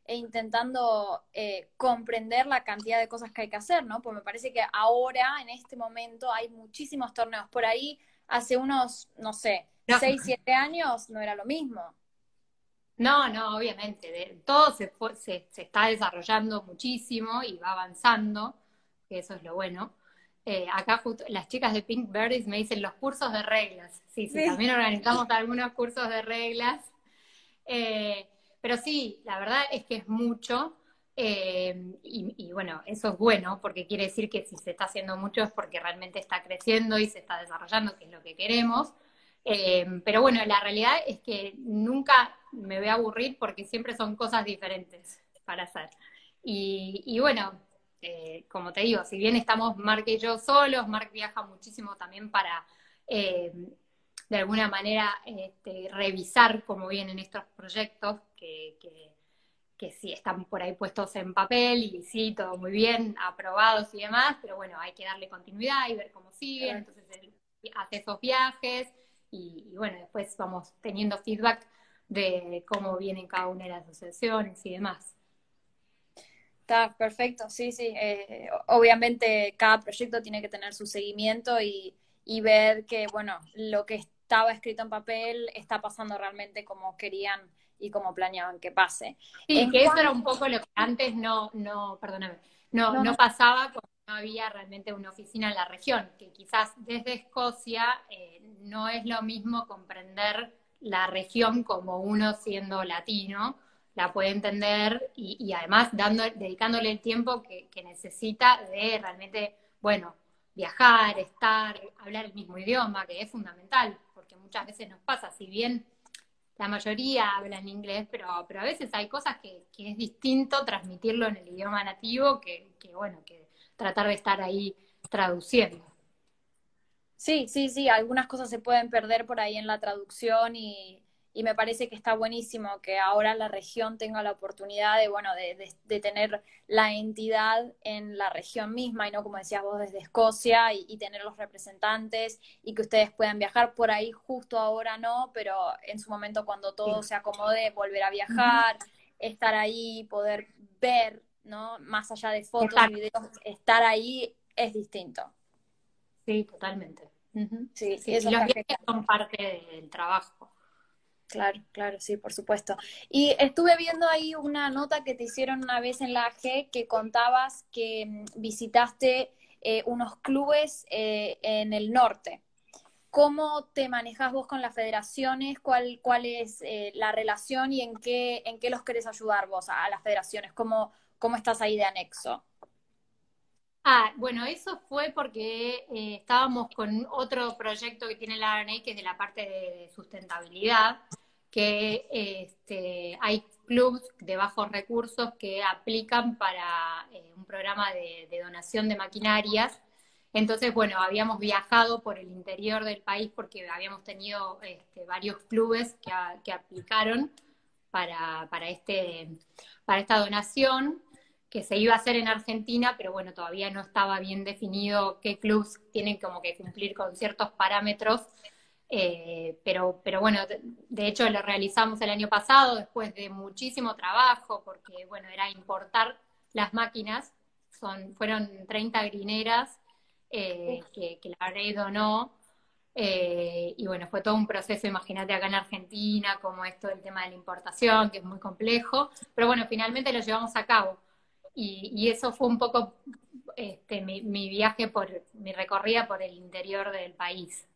S3: e intentando eh, comprender la cantidad de cosas que hay que hacer, ¿no? Pues me parece que ahora, en este momento, hay muchísimos torneos. Por ahí, hace unos, no sé,
S2: No,
S3: seis, siete años, no era lo mismo.
S2: no, no, obviamente, de- todo se, fue- se, se está desarrollando muchísimo y va avanzando, que eso es lo bueno. Eh, acá justo las chicas de Pink Birdies me dicen los cursos de reglas. Sí, sí,
S3: Sí.
S2: también organizamos algunos cursos de reglas. Eh, pero sí, la verdad es que es mucho. eh, y, y bueno, eso es bueno, porque quiere decir que si se está haciendo mucho es porque realmente está creciendo y se está desarrollando, que es lo que queremos. Eh, pero bueno, la realidad es que nunca me voy a aburrir porque siempre son cosas diferentes para hacer. Y, y bueno, eh, como te digo, si bien estamos Mark y yo solos, Mark viaja muchísimo también para, eh, de alguna manera, este, revisar cómo vienen estos proyectos que, que, que sí están por ahí puestos en papel y sí, todo muy bien, aprobados y demás, pero bueno, hay que darle continuidad y ver cómo siguen, entonces él hace esos viajes y, y bueno, después vamos teniendo feedback de cómo vienen cada una de las asociaciones y demás.
S3: Está perfecto, sí, sí. Eh, obviamente cada proyecto tiene que tener su seguimiento y, y ver que, bueno, lo que estaba escrito en papel está pasando realmente como querían y como planeaban que pase.
S2: Sí,
S3: En
S2: que eso era
S3: cuanto...
S2: un poco lo que antes no, no, perdóname, no,
S3: No,
S2: no
S3: no,
S2: pasaba cuando no había realmente una oficina en la región, que quizás desde Escocia eh, no es lo mismo comprender la región como uno siendo latino, la puede entender y, y además dando, dedicándole el tiempo que, que necesita de realmente, bueno, viajar, estar, hablar el mismo idioma, que es fundamental, porque muchas veces nos pasa, si bien la mayoría hablan inglés, pero, pero a veces hay cosas que, que es distinto transmitirlo en el idioma nativo que, que, bueno, que tratar de estar ahí traduciendo.
S3: sí, sí, sí, algunas cosas se pueden perder por ahí en la traducción y, y me parece que está buenísimo que ahora la región tenga la oportunidad de, bueno, de, de, de tener la entidad en la región misma y no, como decías vos, desde Escocia y, y tener los representantes y que ustedes puedan viajar por ahí justo ahora no, pero en su momento cuando todo
S2: Sí.
S3: se acomode, volver a
S2: Ujú.
S3: viajar, estar ahí, poder ver, ¿no? Más allá de fotos y
S2: Exacto,
S3: videos, estar ahí es distinto.
S2: sí, totalmente. Ujú.
S3: Sí,
S2: Sí, y
S3: eso
S2: los
S3: está
S2: viajes
S3: genial.
S2: son parte del trabajo.
S3: Claro, claro, sí, por supuesto. Y estuve viendo ahí una nota que te hicieron una vez en la A G que contabas que mm, visitaste eh, unos clubes eh, en el norte. ¿Cómo te manejas vos con las federaciones? ¿Cuál, cuál es eh, la relación y en qué, en qué los querés ayudar vos a, a las federaciones? ¿Cómo, cómo estás ahí de anexo?
S2: Ah, bueno, eso fue porque eh, estábamos con otro proyecto que tiene la R N A, que es de la parte de sustentabilidad, que este, hay clubes de bajos recursos que aplican para eh, un programa de, de donación de maquinarias. Entonces, bueno, habíamos viajado por el interior del país porque habíamos tenido este, varios clubes que, a- que aplicaron para, para, este, para esta donación que se iba a hacer en Argentina, pero bueno, todavía no estaba bien definido qué clubs tienen como que cumplir con ciertos parámetros. Eh, pero, pero bueno, de, de hecho lo realizamos el año pasado después de muchísimo trabajo, porque bueno, era importar las máquinas, son, fueron treinta grineras
S3: Uf,
S2: eh, que, que la Rey donó. Eh, y bueno, fue todo un proceso, imagínate acá en Argentina, como esto del tema de la importación, que es muy complejo, pero bueno, finalmente lo llevamos a cabo. Y, y eso fue un poco este, mi, mi viaje por, mi recorrida por el interior del país.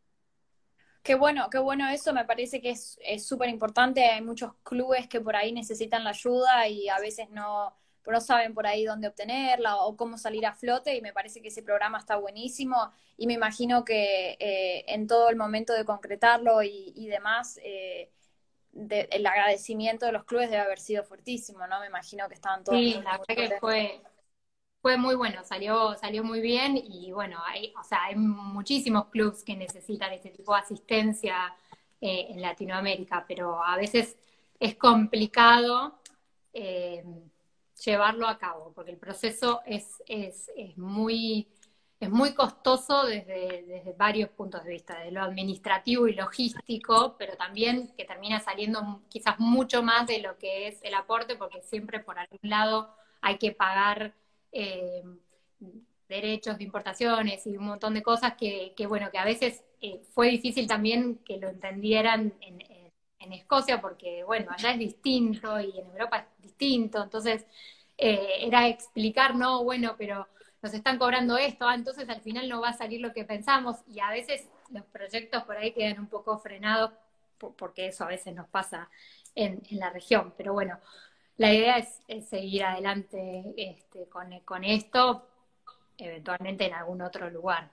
S3: qué bueno, qué bueno eso, me parece que es es súper importante. Hay muchos clubes que por ahí necesitan la ayuda y a veces no, no saben por ahí dónde obtenerla o cómo salir a flote y me parece que ese programa está buenísimo y me imagino que eh, en todo el momento de concretarlo y, y demás, eh, de- el agradecimiento de los clubes debe haber sido fuertísimo, ¿no? Me imagino que estaban todos
S2: Sí,
S3: muy,
S2: la
S3: muy
S2: verdad que
S3: contentos.
S2: fue, fue muy bueno, salió, salió muy bien y bueno, hay, o sea, hay muchísimos clubs que necesitan este tipo de asistencia eh, en Latinoamérica, pero a veces es complicado eh, llevarlo a cabo, porque el proceso es, es, es muy, es muy costoso desde, desde varios puntos de vista, de lo administrativo y logístico, pero también que termina saliendo quizás mucho más de lo que es el aporte, porque siempre por algún lado hay que pagar eh, derechos de importaciones y un montón de cosas que, que bueno, que a veces eh, fue difícil también que lo entendieran en, en, en Escocia, porque bueno, allá es distinto y en Europa es distinto, entonces eh, era explicar, no, bueno, pero nos están cobrando esto, ah, entonces al final no va a salir lo que pensamos, y a veces los proyectos por ahí quedan un poco frenados, porque eso a veces nos pasa en, en la región, pero bueno, la idea es, es seguir adelante este, con, con esto, eventualmente en algún otro lugar.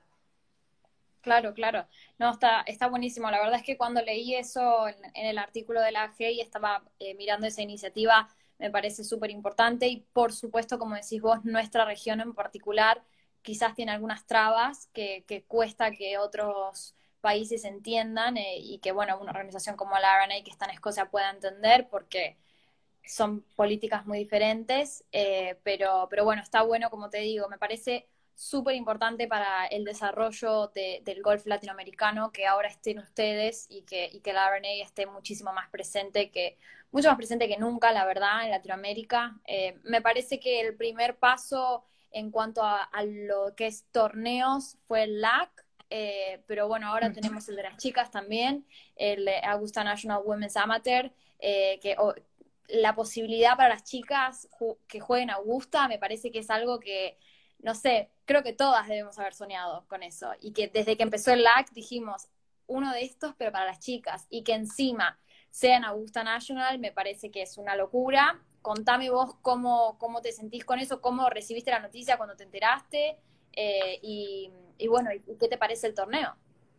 S3: Claro, claro. No, está, está buenísimo. La verdad es que cuando leí eso en, en el artículo de la A G y estaba eh, mirando esa iniciativa, me parece súper importante y por supuesto, como decís vos, nuestra región en particular quizás tiene algunas trabas que, que cuesta que otros países entiendan eh, y que, bueno, una organización como la R N A que está en Escocia pueda entender porque son políticas muy diferentes, eh, pero, pero bueno, está bueno, como te digo, me parece súper importante para el desarrollo de, del golf latinoamericano que ahora estén ustedes y que, y que la R N A esté muchísimo más presente, que mucho más presente que nunca, la verdad, en Latinoamérica. Eh, me parece que el primer paso en cuanto a, a lo que es torneos fue el L A C, eh, pero bueno, ahora tenemos el de las chicas también, el Augusta National Women's Amateur, eh, que oh, la posibilidad para las chicas ju que jueguen Augusta me parece que es algo que, no sé, creo que todas debemos haber soñado con eso. Y que desde que empezó el L A C dijimos, uno de estos, pero para las chicas. Y que encima sea en Augusta National, me parece que es una locura. Contame vos cómo, cómo te sentís con eso, cómo recibiste la noticia cuando te enteraste, eh, y, y bueno, ¿y qué te parece el torneo?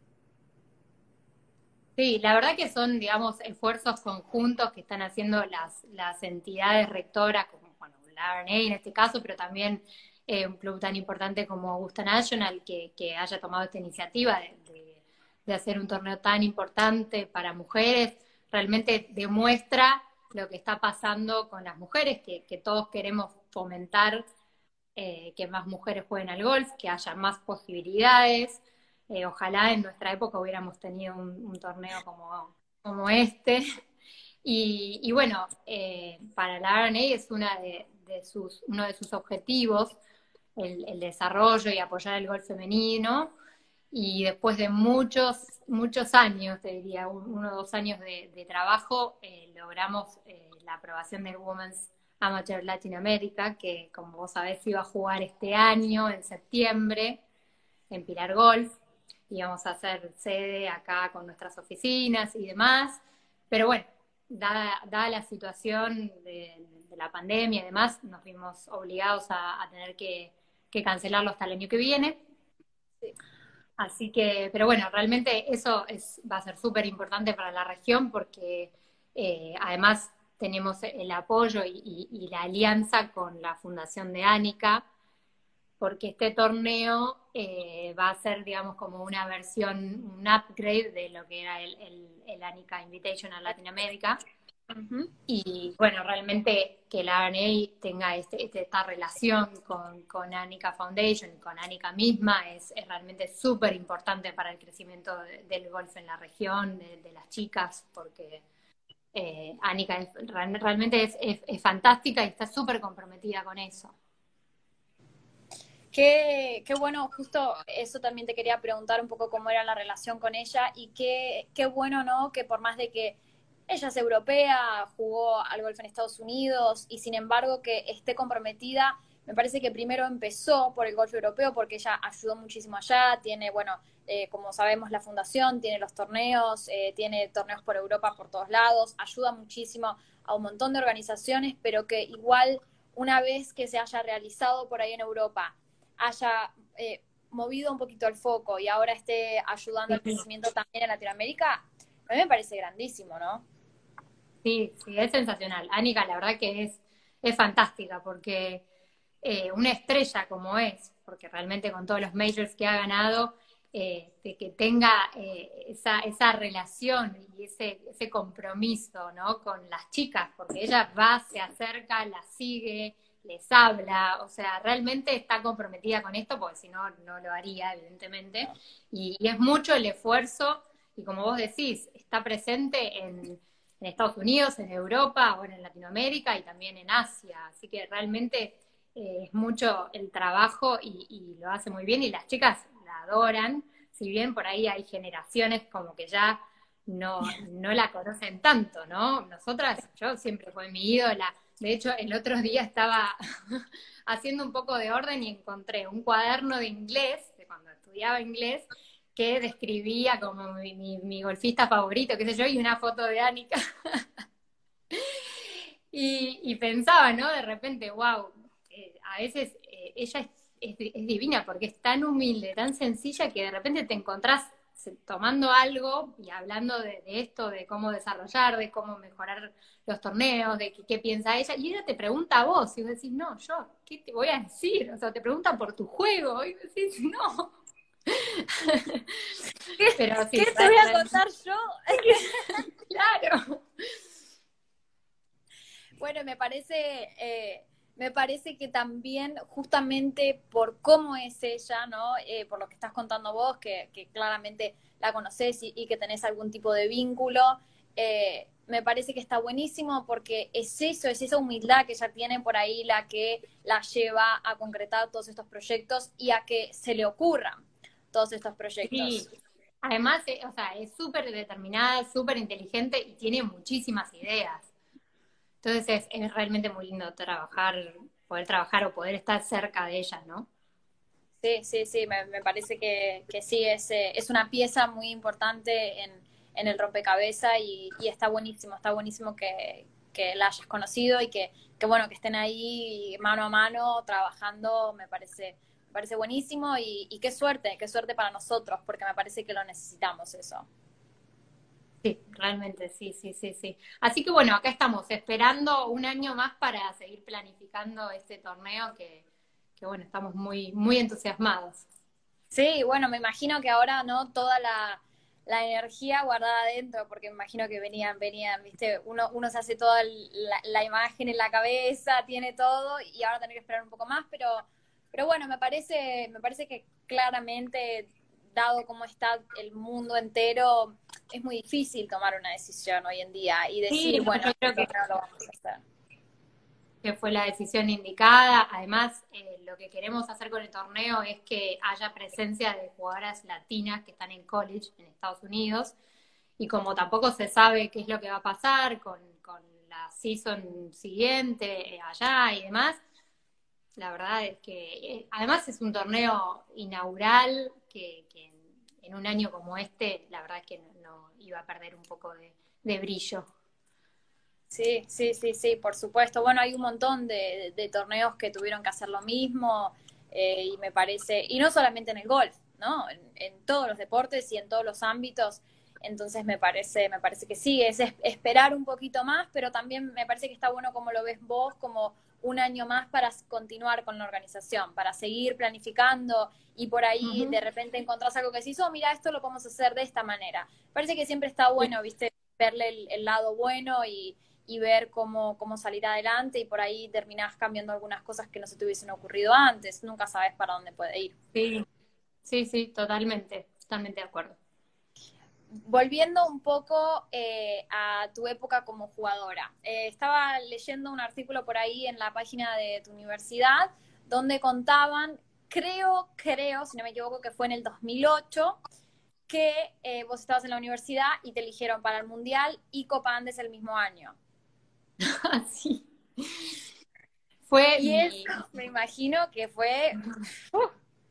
S2: Sí, la verdad que son, digamos, esfuerzos conjuntos que están haciendo las, las entidades rectoras, como bueno, la R N A en este caso, pero también eh, un club tan importante como Augusta National, que, que haya tomado esta iniciativa de, de, de hacer un torneo tan importante para mujeres, realmente demuestra lo que está pasando con las mujeres, que, que todos queremos fomentar eh, que más mujeres jueguen al golf, que haya más posibilidades. Eh, ojalá en nuestra época hubiéramos tenido un, un torneo como, como este. Y, y bueno, eh, para la R N A es una de, de sus, uno de sus objetivos el, el desarrollo y apoyar el golf femenino. Y después de muchos, muchos años, te diría, un, uno o dos años de, de trabajo, eh, logramos eh, la aprobación del Women's Amateur Latin America, que como vos sabés iba a jugar este año, en septiembre, en Pilar Golf. Íbamos a hacer sede acá con nuestras oficinas y demás. Pero bueno, dada, dada la situación de, de la pandemia y demás, nos vimos obligados a, a tener que, que cancelarlo hasta el año que viene.
S3: Sí.
S2: Así que, pero bueno, realmente eso es, va a ser súper importante para la región porque eh, además tenemos el apoyo y, y, y la alianza con la Fundación de Ánica, porque este torneo eh, va a ser, digamos, como una versión, un upgrade de lo que era el, el, el Ánica Invitational Latinoamérica. Uh-huh. Y bueno, realmente que la R N A tenga este, este, esta relación con, con Ánica Foundation y con Ánica misma es, es realmente súper importante para el crecimiento de, del golf en la región, de, de las chicas, porque eh, Ánica es, realmente es, es, es fantástica y está súper comprometida con eso.
S3: Qué, qué bueno, justo eso también te quería preguntar un poco cómo era la relación con ella y qué, qué bueno, ¿no? Que por más de que ella es europea, jugó al golf en Estados Unidos y sin embargo que esté comprometida, me parece que primero empezó por el golf europeo porque ella ayudó muchísimo allá, tiene, bueno, eh, como sabemos la fundación, tiene los torneos, eh, tiene torneos por Europa por todos lados, ayuda muchísimo a un montón de organizaciones, pero que igual una vez que se haya realizado por ahí en Europa, haya eh, movido un poquito el foco y ahora esté ayudando al crecimiento también en Latinoamérica, a mí me parece grandísimo, ¿no?
S2: Sí, sí, es sensacional. Ánica, la verdad que es, es fantástica, porque eh, una estrella como es, porque realmente con todos los majors que ha ganado, eh, de que tenga eh, esa, esa relación y ese, ese compromiso, ¿no? Con las chicas, porque ella va, se acerca, las sigue, les habla, o sea, realmente está comprometida con esto, porque si no, no lo haría, evidentemente, y, y es mucho el esfuerzo, y como vos decís, está presente en, en Estados Unidos, en Europa, ahora en Latinoamérica y también en Asia, así que realmente eh, es mucho el trabajo y, y lo hace muy bien, y las chicas la adoran, si bien por ahí hay generaciones como que ya no, no la conocen tanto, ¿no? Nosotras, yo siempre fue mi ídola. De hecho, el otro día estaba haciendo un poco de orden y encontré un cuaderno de inglés, de cuando estudiaba inglés, que describía como mi, mi, mi golfista favorito, qué sé yo, y una foto de Annika. y, y pensaba, ¿no? De repente, wow, eh, a veces eh, ella es, es, es divina porque es tan humilde, tan sencilla, que de repente te encontrás tomando algo y hablando de, de esto, de cómo desarrollar, de cómo mejorar los torneos, de qué, qué piensa ella, y ella te pregunta a vos, y vos decís, no, yo, ¿qué te voy a decir? O sea, te pregunta por tu juego, y vos decís, no.
S3: ¿Qué,
S2: Pero sí,
S3: ¿qué te voy a contar yo?
S2: Claro.
S3: Bueno, me parece, eh, me parece que también justamente por cómo es ella, ¿no? Eh, por lo que estás contando vos, que, que claramente la conocés y, y que tenés algún tipo de vínculo, eh, me parece que está buenísimo porque es eso, es esa humildad que ella tiene por ahí la que la lleva a concretar todos estos proyectos y a que se le ocurran todos estos proyectos.
S2: Sí. Además, eh, o sea, es súper determinada, súper inteligente y tiene muchísimas ideas. Entonces es, es realmente muy lindo trabajar, poder trabajar o poder estar cerca de ella, ¿no?
S3: Sí, sí, sí, me, me parece que, que sí, es, eh, es una pieza muy importante en, en el rompecabezas y, y está buenísimo, está buenísimo que, que la hayas conocido y que, que, bueno, que estén ahí mano a mano trabajando, me parece, me parece buenísimo y, y qué suerte, qué suerte para nosotros, porque me parece que lo necesitamos eso.
S2: Sí, realmente, sí, sí, sí, sí. Así que bueno, acá estamos esperando un año más para seguir planificando este torneo que, que bueno, estamos muy, muy entusiasmados.
S3: Sí, bueno, me imagino que ahora, ¿no? Toda la, la energía guardada adentro, porque me imagino que venían, venían, viste, uno, uno se hace toda la, la imagen en la cabeza, tiene todo, y ahora tener que esperar un poco más, pero, pero bueno, me parece, me parece que claramente, dado cómo está el mundo entero, es muy difícil tomar una decisión hoy en día y
S2: Sí,
S3: decir,
S2: no,
S3: bueno,
S2: yo creo
S3: esto
S2: que
S3: no lo vamos a hacer.
S2: que fue la decisión indicada. Además, eh, lo que queremos hacer con el torneo es que haya presencia de jugadoras latinas que están en college en Estados Unidos. Y como tampoco se sabe qué es lo que va a pasar con, con la season siguiente eh, allá y demás, la verdad es que eh, además es un torneo inaugural que, que en, en, un año como este, la verdad es que no, no iba a perder un poco de, de brillo.
S3: Sí, sí, sí, sí, por supuesto. Bueno, hay un montón de, de torneos que tuvieron que hacer lo mismo eh, y me parece, y no solamente en el golf, ¿no? En, en todos los deportes y en todos los ámbitos. Entonces me parece, me parece que sí, es, es esperar un poquito más, pero también me parece que está bueno como lo ves vos, como un año más para continuar con la organización, para seguir planificando y por ahí
S2: Uh-huh.
S3: de repente encontrás algo que decís, oh, mira, esto lo podemos hacer de esta manera. Parece que siempre está bueno, viste, verle el, el lado bueno y y ver cómo, cómo salir adelante y por ahí terminás cambiando algunas cosas que no se te hubiesen ocurrido antes, nunca sabes para dónde puede ir.
S2: Sí, sí, sí, totalmente, totalmente de acuerdo.
S3: Volviendo un poco eh, a tu época como jugadora, eh, estaba leyendo un artículo por ahí en la página de tu universidad donde contaban, creo, creo, si no me equivoco, que fue en el dos mil ocho, que eh, vos estabas en la universidad y te eligieron para el Mundial y Copa Andes el mismo año.
S2: Así. Fue
S3: Y eso
S2: mi...
S3: me imagino que fue... Uh,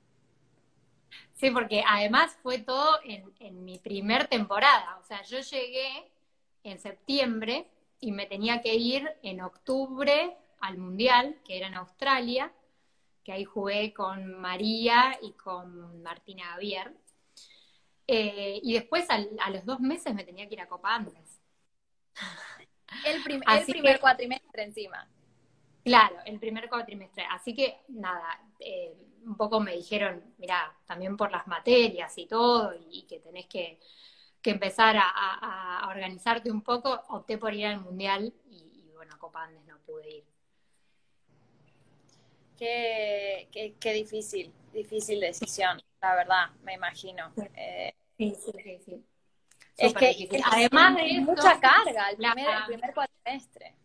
S2: Sí, porque además fue todo en, en mi primer temporada. O sea, yo llegué en septiembre y me tenía que ir en octubre al Mundial, que era en Australia, que ahí jugué con María y con Martina Javier. Eh, y después al, a los dos meses me tenía que ir a Copa Andes.
S3: el, prim el
S2: Así
S3: primer
S2: que,
S3: cuatrimestre encima.
S2: claro, el primer cuatrimestre. Así que, nada, eh, un poco me dijeron, mirá, también por las materias y todo, y, y que tenés que, que empezar a, a, a, organizarte un poco, opté por ir al Mundial y, y bueno, a Copa Andes no pude ir.
S3: Qué, qué, qué difícil, difícil decisión, la verdad, me imagino. Eh,
S2: Sí, sí, sí, sí.
S3: es
S2: Súper
S3: que
S2: difícil.
S3: es,
S2: Además
S3: es
S2: de
S3: mucha
S2: eso,
S3: carga el
S2: la,
S3: primer, el primer cuatrimestre.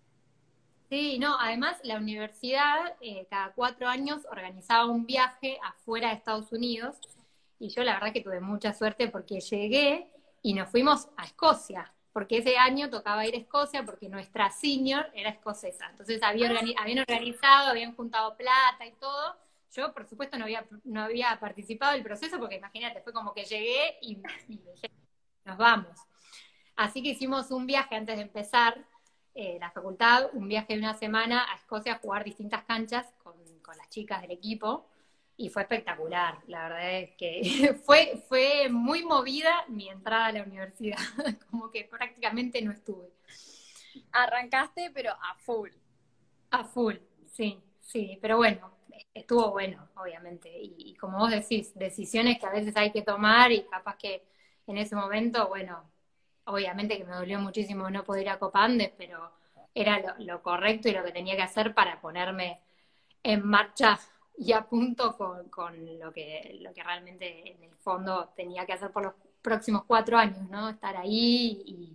S2: sí, no, además la universidad eh, cada cuatro años organizaba un viaje afuera de Estados Unidos y yo la verdad que tuve mucha suerte porque llegué y nos fuimos a Escocia, porque ese año tocaba ir a Escocia porque nuestra senior era escocesa. Entonces había organi- habían organizado, habían juntado plata y todo. Yo, por supuesto, no había, no había participado del proceso porque imagínate, fue como que llegué y, y dije, nos vamos. Así que hicimos un viaje antes de empezar eh, la facultad, un viaje de una semana a Escocia a jugar distintas canchas con, con las chicas del equipo y fue espectacular. La verdad es que fue, fue muy movida mi entrada a la universidad, como que prácticamente no estuve.
S3: Arrancaste, pero a full.
S2: A full, sí, sí, pero bueno, estuvo bueno, obviamente. Y, y como vos decís, decisiones que a veces hay que tomar y capaz que en ese momento, bueno, obviamente que me dolió muchísimo no poder ir a Copandes, pero era lo, lo correcto y lo que tenía que hacer para ponerme en marcha y a punto con, con lo que, lo que realmente en el fondo tenía que hacer por los próximos cuatro años, ¿no? Estar ahí y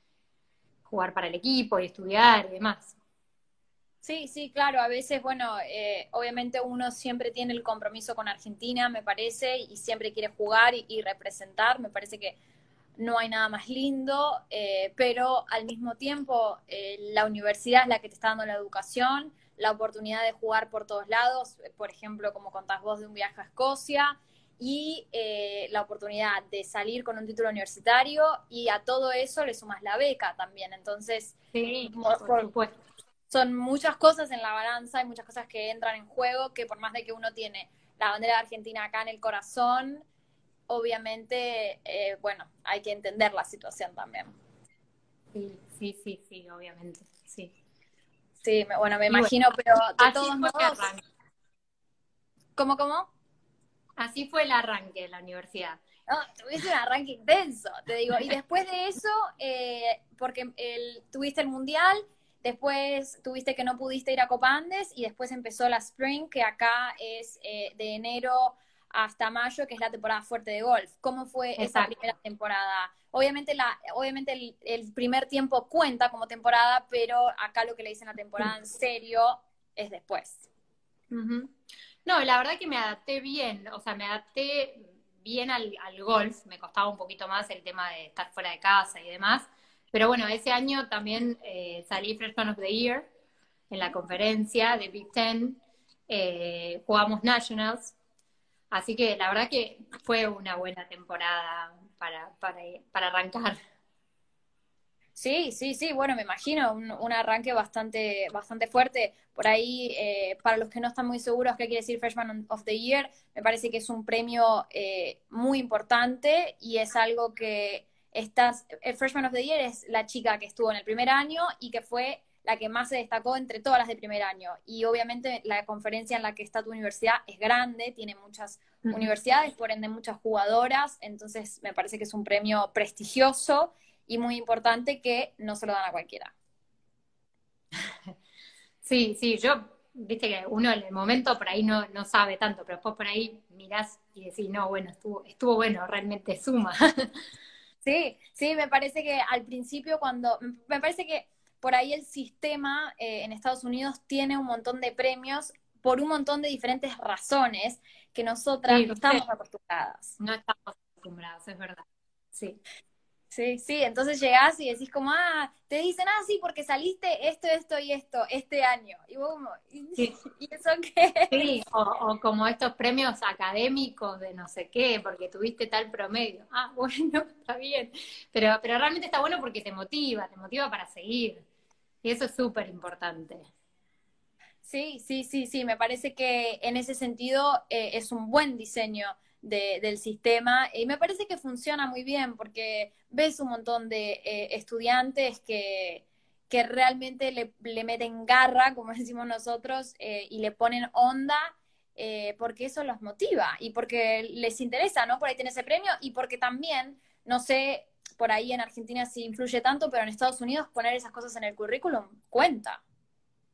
S2: jugar para el equipo y estudiar y demás.
S3: Sí, sí, claro, a veces, bueno, eh, obviamente uno siempre tiene el compromiso con Argentina, me parece, y siempre quiere jugar y, y representar, me parece que no hay nada más lindo, eh, pero al mismo tiempo eh, la universidad es la que te está dando la educación, la oportunidad de jugar por todos lados, por ejemplo, como contás vos de un viaje a Escocia, y eh, la oportunidad de salir con un título universitario, y a todo eso le sumas la beca también, entonces...
S2: Sí,
S3: Por,
S2: por
S3: por,
S2: supuesto.
S3: son muchas cosas en la balanza, hay muchas cosas que entran en juego, que por más de que uno tiene la bandera de Argentina acá en el corazón, obviamente, eh, bueno, hay que entender la situación también.
S2: Sí, sí, sí, sí, obviamente, sí.
S3: Sí, me, bueno, me
S2: Y bueno,
S3: imagino, pero de
S2: así
S3: todos
S2: fue mi
S3: modos,
S2: arranque.
S3: ¿cómo, cómo?
S2: Así fue el arranque de la universidad.
S3: No, tuviste un arranque intenso, te digo. Y después de eso, eh, porque el, tuviste el Mundial, después tuviste que no pudiste ir a Copa Andes y después empezó la Spring, que acá es eh, de enero hasta mayo, que es la temporada fuerte de golf. ¿Cómo fue esa primera
S2: Exacto.
S3: temporada? Obviamente, la, obviamente el, el primer tiempo cuenta como temporada, pero acá lo que le dicen la temporada en serio es después.
S2: Uh-huh. No, la verdad que me adapté bien, o sea, me adapté bien al, al golf, me costaba un poquito más el tema de estar fuera de casa y demás, pero bueno, ese año también eh, salí Freshman of the Year en la conferencia de Big Ten, eh, jugamos Nationals, así que la verdad que fue una buena temporada para, para, para arrancar.
S3: Sí, sí, sí, bueno, me imagino un, un arranque bastante, bastante fuerte. Por ahí, eh, para los que no están muy seguros qué quiere decir Freshman of the Year, me parece que es un premio eh, muy importante y es algo que estás, el Freshman of the Year es la chica que estuvo en el primer año y que fue la que más se destacó entre todas las de primer año. Y obviamente la conferencia en la que está tu universidad es grande, tiene muchas universidades, por ende muchas jugadoras, entonces me parece que es un premio prestigioso y muy importante que no se lo dan a cualquiera.
S2: Sí, sí, yo, viste que uno en el momento por ahí no, no sabe tanto, pero después por ahí mirás y decís, no, bueno, estuvo, estuvo bueno, realmente suma.
S3: Sí, sí, me parece que al principio cuando, me parece que por ahí el sistema eh, en Estados Unidos tiene un montón de premios por un montón de diferentes razones que nosotras
S2: Sí,
S3: no
S2: viste,
S3: estamos acostumbradas.
S2: no estamos acostumbrados, es verdad. Sí,
S3: Sí, sí, entonces llegás y decís como, ah, te dicen, ah, sí, porque saliste esto, esto y esto este año. Y vos como, ¿y,
S2: sí,
S3: ¿y eso qué
S2: sí,
S3: es?
S2: o, o como estos premios académicos de no sé qué, porque tuviste tal promedio. Ah, bueno, está bien. Pero, pero realmente está bueno porque te motiva, te motiva para seguir. Y eso es súper importante.
S3: Sí, sí, sí, sí, me parece que en ese sentido eh, es un buen diseño de- del sistema y me parece que funciona muy bien porque ves un montón de eh, estudiantes que, que realmente le, le meten garra, como decimos nosotros, eh, y le ponen onda eh, porque eso los motiva y porque les interesa, ¿no? Por ahí tener ese premio y porque también, no sé, por ahí en Argentina sí influye tanto, pero en Estados Unidos poner esas cosas en el currículum cuenta.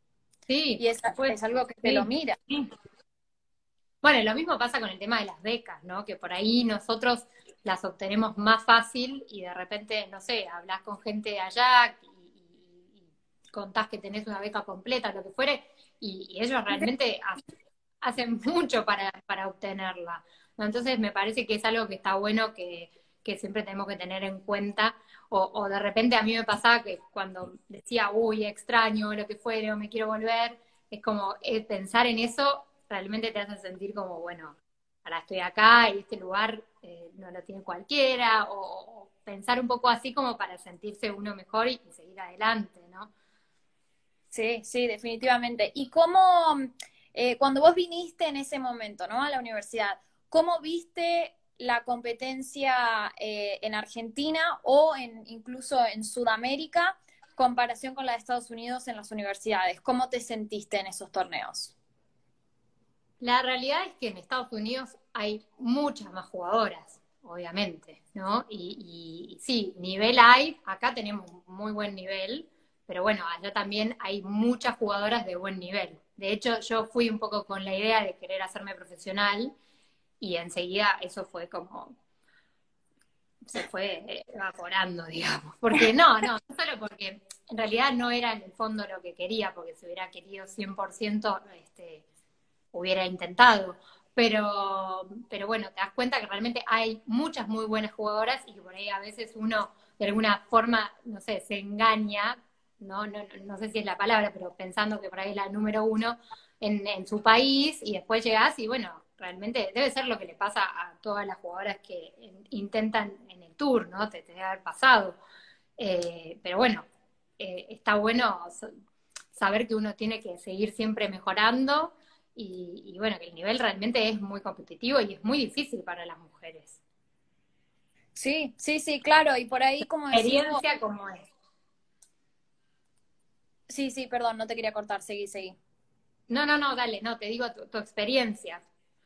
S2: Sí,
S3: y es,
S2: por
S3: es
S2: supuesto,
S3: algo que te lo
S2: sí,
S3: mira.
S2: sí. Bueno, lo mismo pasa con el tema de las becas, ¿no? Que por ahí nosotros las obtenemos más fácil y de repente, no sé, hablas con gente de allá y, y- y contás que tenés una beca completa, lo que fuere, y, y ellos realmente ha- hacen mucho para, para obtenerla, ¿no? Entonces me parece que es algo que está bueno que, que siempre tenemos que tener en cuenta. O, o de repente a mí me pasaba que cuando decía, uy, extraño, lo que fuere, o me quiero volver, es como eh, pensar en eso realmente te hace sentir como, bueno, ahora estoy acá y este lugar eh, no lo tiene cualquiera, o, o pensar un poco así como para sentirse uno mejor y, y seguir adelante, ¿no?
S3: Sí, sí, definitivamente. ¿Y cómo, eh, cuando vos viniste en ese momento, ¿no? A la universidad, cómo viste la competencia eh, en Argentina o en, incluso en Sudamérica, comparación con la de Estados Unidos en las universidades? ¿Cómo te sentiste en esos torneos?
S2: La realidad es que en Estados Unidos hay muchas más jugadoras, obviamente, ¿no? Y, y sí, nivel hay, acá tenemos muy buen nivel, pero bueno, allá también hay muchas jugadoras de buen nivel. De hecho, yo fui un poco con la idea de querer hacerme profesional y enseguida eso fue como, se fue evaporando, digamos. Porque no, no, no solo porque en realidad no era en el fondo lo que quería, porque si hubiera querido cien por ciento, este, hubiera intentado. Pero, pero bueno, te das cuenta que realmente hay muchas muy buenas jugadoras y que por ahí a veces uno de alguna forma, no sé, se engaña, no, no, no sé si es la palabra, pero pensando que por ahí es la número uno en, en su país y después llegás y bueno, realmente debe ser lo que le pasa a todas las jugadoras que en- intentan en el tour, ¿no? Te, te debe haber pasado. Eh, pero bueno, eh, está bueno so- saber que uno tiene que seguir siempre mejorando y, y bueno, que el nivel realmente es muy competitivo y es muy difícil para las mujeres.
S3: Sí, sí, sí, claro. Y por ahí, como decís vos,
S2: Experiencia como es.
S3: sí, sí, perdón, no te quería cortar, seguí, seguí.
S2: No, no, no, dale, no, te digo tu, tu experiencia.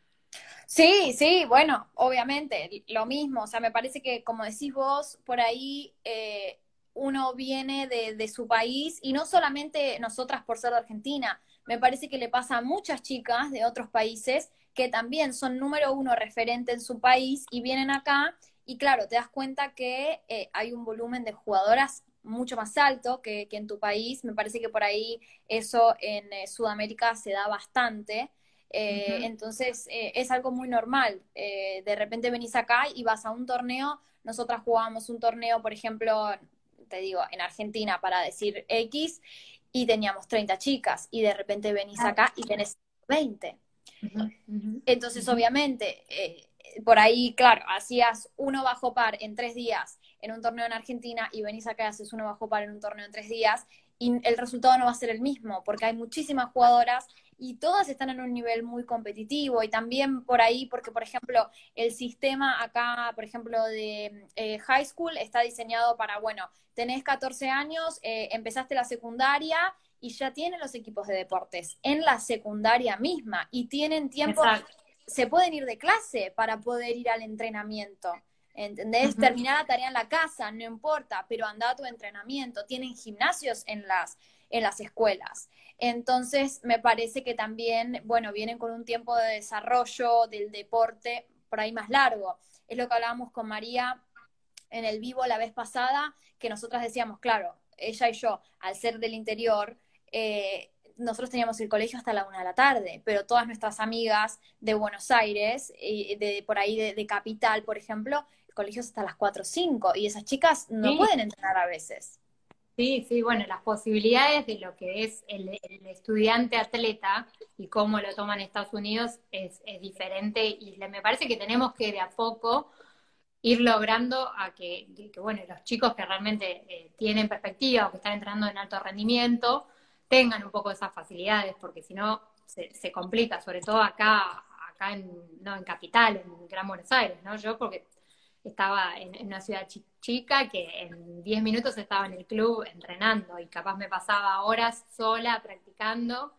S3: Sí, sí, bueno, obviamente, lo mismo, o sea, me parece que como decís vos, por ahí eh, uno viene de, de su país y no solamente nosotras por ser de Argentina, me parece que le pasa a muchas chicas de otros países que también son número uno referente en su país y vienen acá y claro, te das cuenta que eh, hay un volumen de jugadoras mucho más alto que, que en tu país, me parece que por ahí eso en eh, Sudamérica se da bastante. Eh,
S2: Ujú.
S3: entonces, eh, es algo muy normal. Eh, de repente venís acá y vas a un torneo. Nosotras jugábamos un torneo, por ejemplo, te digo, en Argentina, para decir X, y teníamos treinta chicas, y de repente venís
S2: Claro.
S3: acá y tenés veinte.
S2: Ujú, ujú,
S3: Entonces,
S2: ujú.
S3: obviamente, eh, por ahí, claro, hacías uno bajo par en tres días en un torneo en Argentina y venís acá y haces uno bajo par en un torneo en tres días y el resultado no va a ser el mismo porque hay muchísimas jugadoras y todas están en un nivel muy competitivo y también por ahí, porque por ejemplo, el sistema acá, por ejemplo, de eh, high school está diseñado para, bueno, tenés catorce años, eh, empezaste la secundaria y ya tienen los equipos de deportes en la secundaria misma y tienen tiempo,
S2: Exacto.
S3: se pueden ir de clase para poder ir al entrenamiento. ¿Entendés?
S2: Ujú.
S3: Terminar la tarea en la casa, no importa, pero anda a tu entrenamiento. Tienen gimnasios en las, en las escuelas. Entonces, me parece que también, bueno, vienen con un tiempo de desarrollo del deporte por ahí más largo. Es lo que hablábamos con María en el vivo la vez pasada, que nosotras decíamos, claro, ella y yo, al ser del interior, eh, nosotros teníamos el colegio hasta la una de la tarde, pero todas nuestras amigas de Buenos Aires, y de por ahí de, de Capital, por ejemplo, el colegio es hasta las cuatro o cinco, y esas chicas no
S2: Sí,
S3: pueden entrenar a veces.
S2: sí, sí, bueno, las posibilidades de lo que es el, el estudiante atleta y cómo lo toman en Estados Unidos es, es diferente y le- me parece que tenemos que de a poco ir logrando a que, que, que, bueno, los chicos que realmente eh, tienen perspectiva o que están entrando en alto rendimiento tengan un poco esas facilidades, porque si no se, se complica, sobre todo acá, acá en, no, en Capital, en Gran Buenos Aires, ¿no? Yo porque estaba en, en una ciudad chi- chica que en diez minutos estaba en el club entrenando y capaz me pasaba horas sola practicando,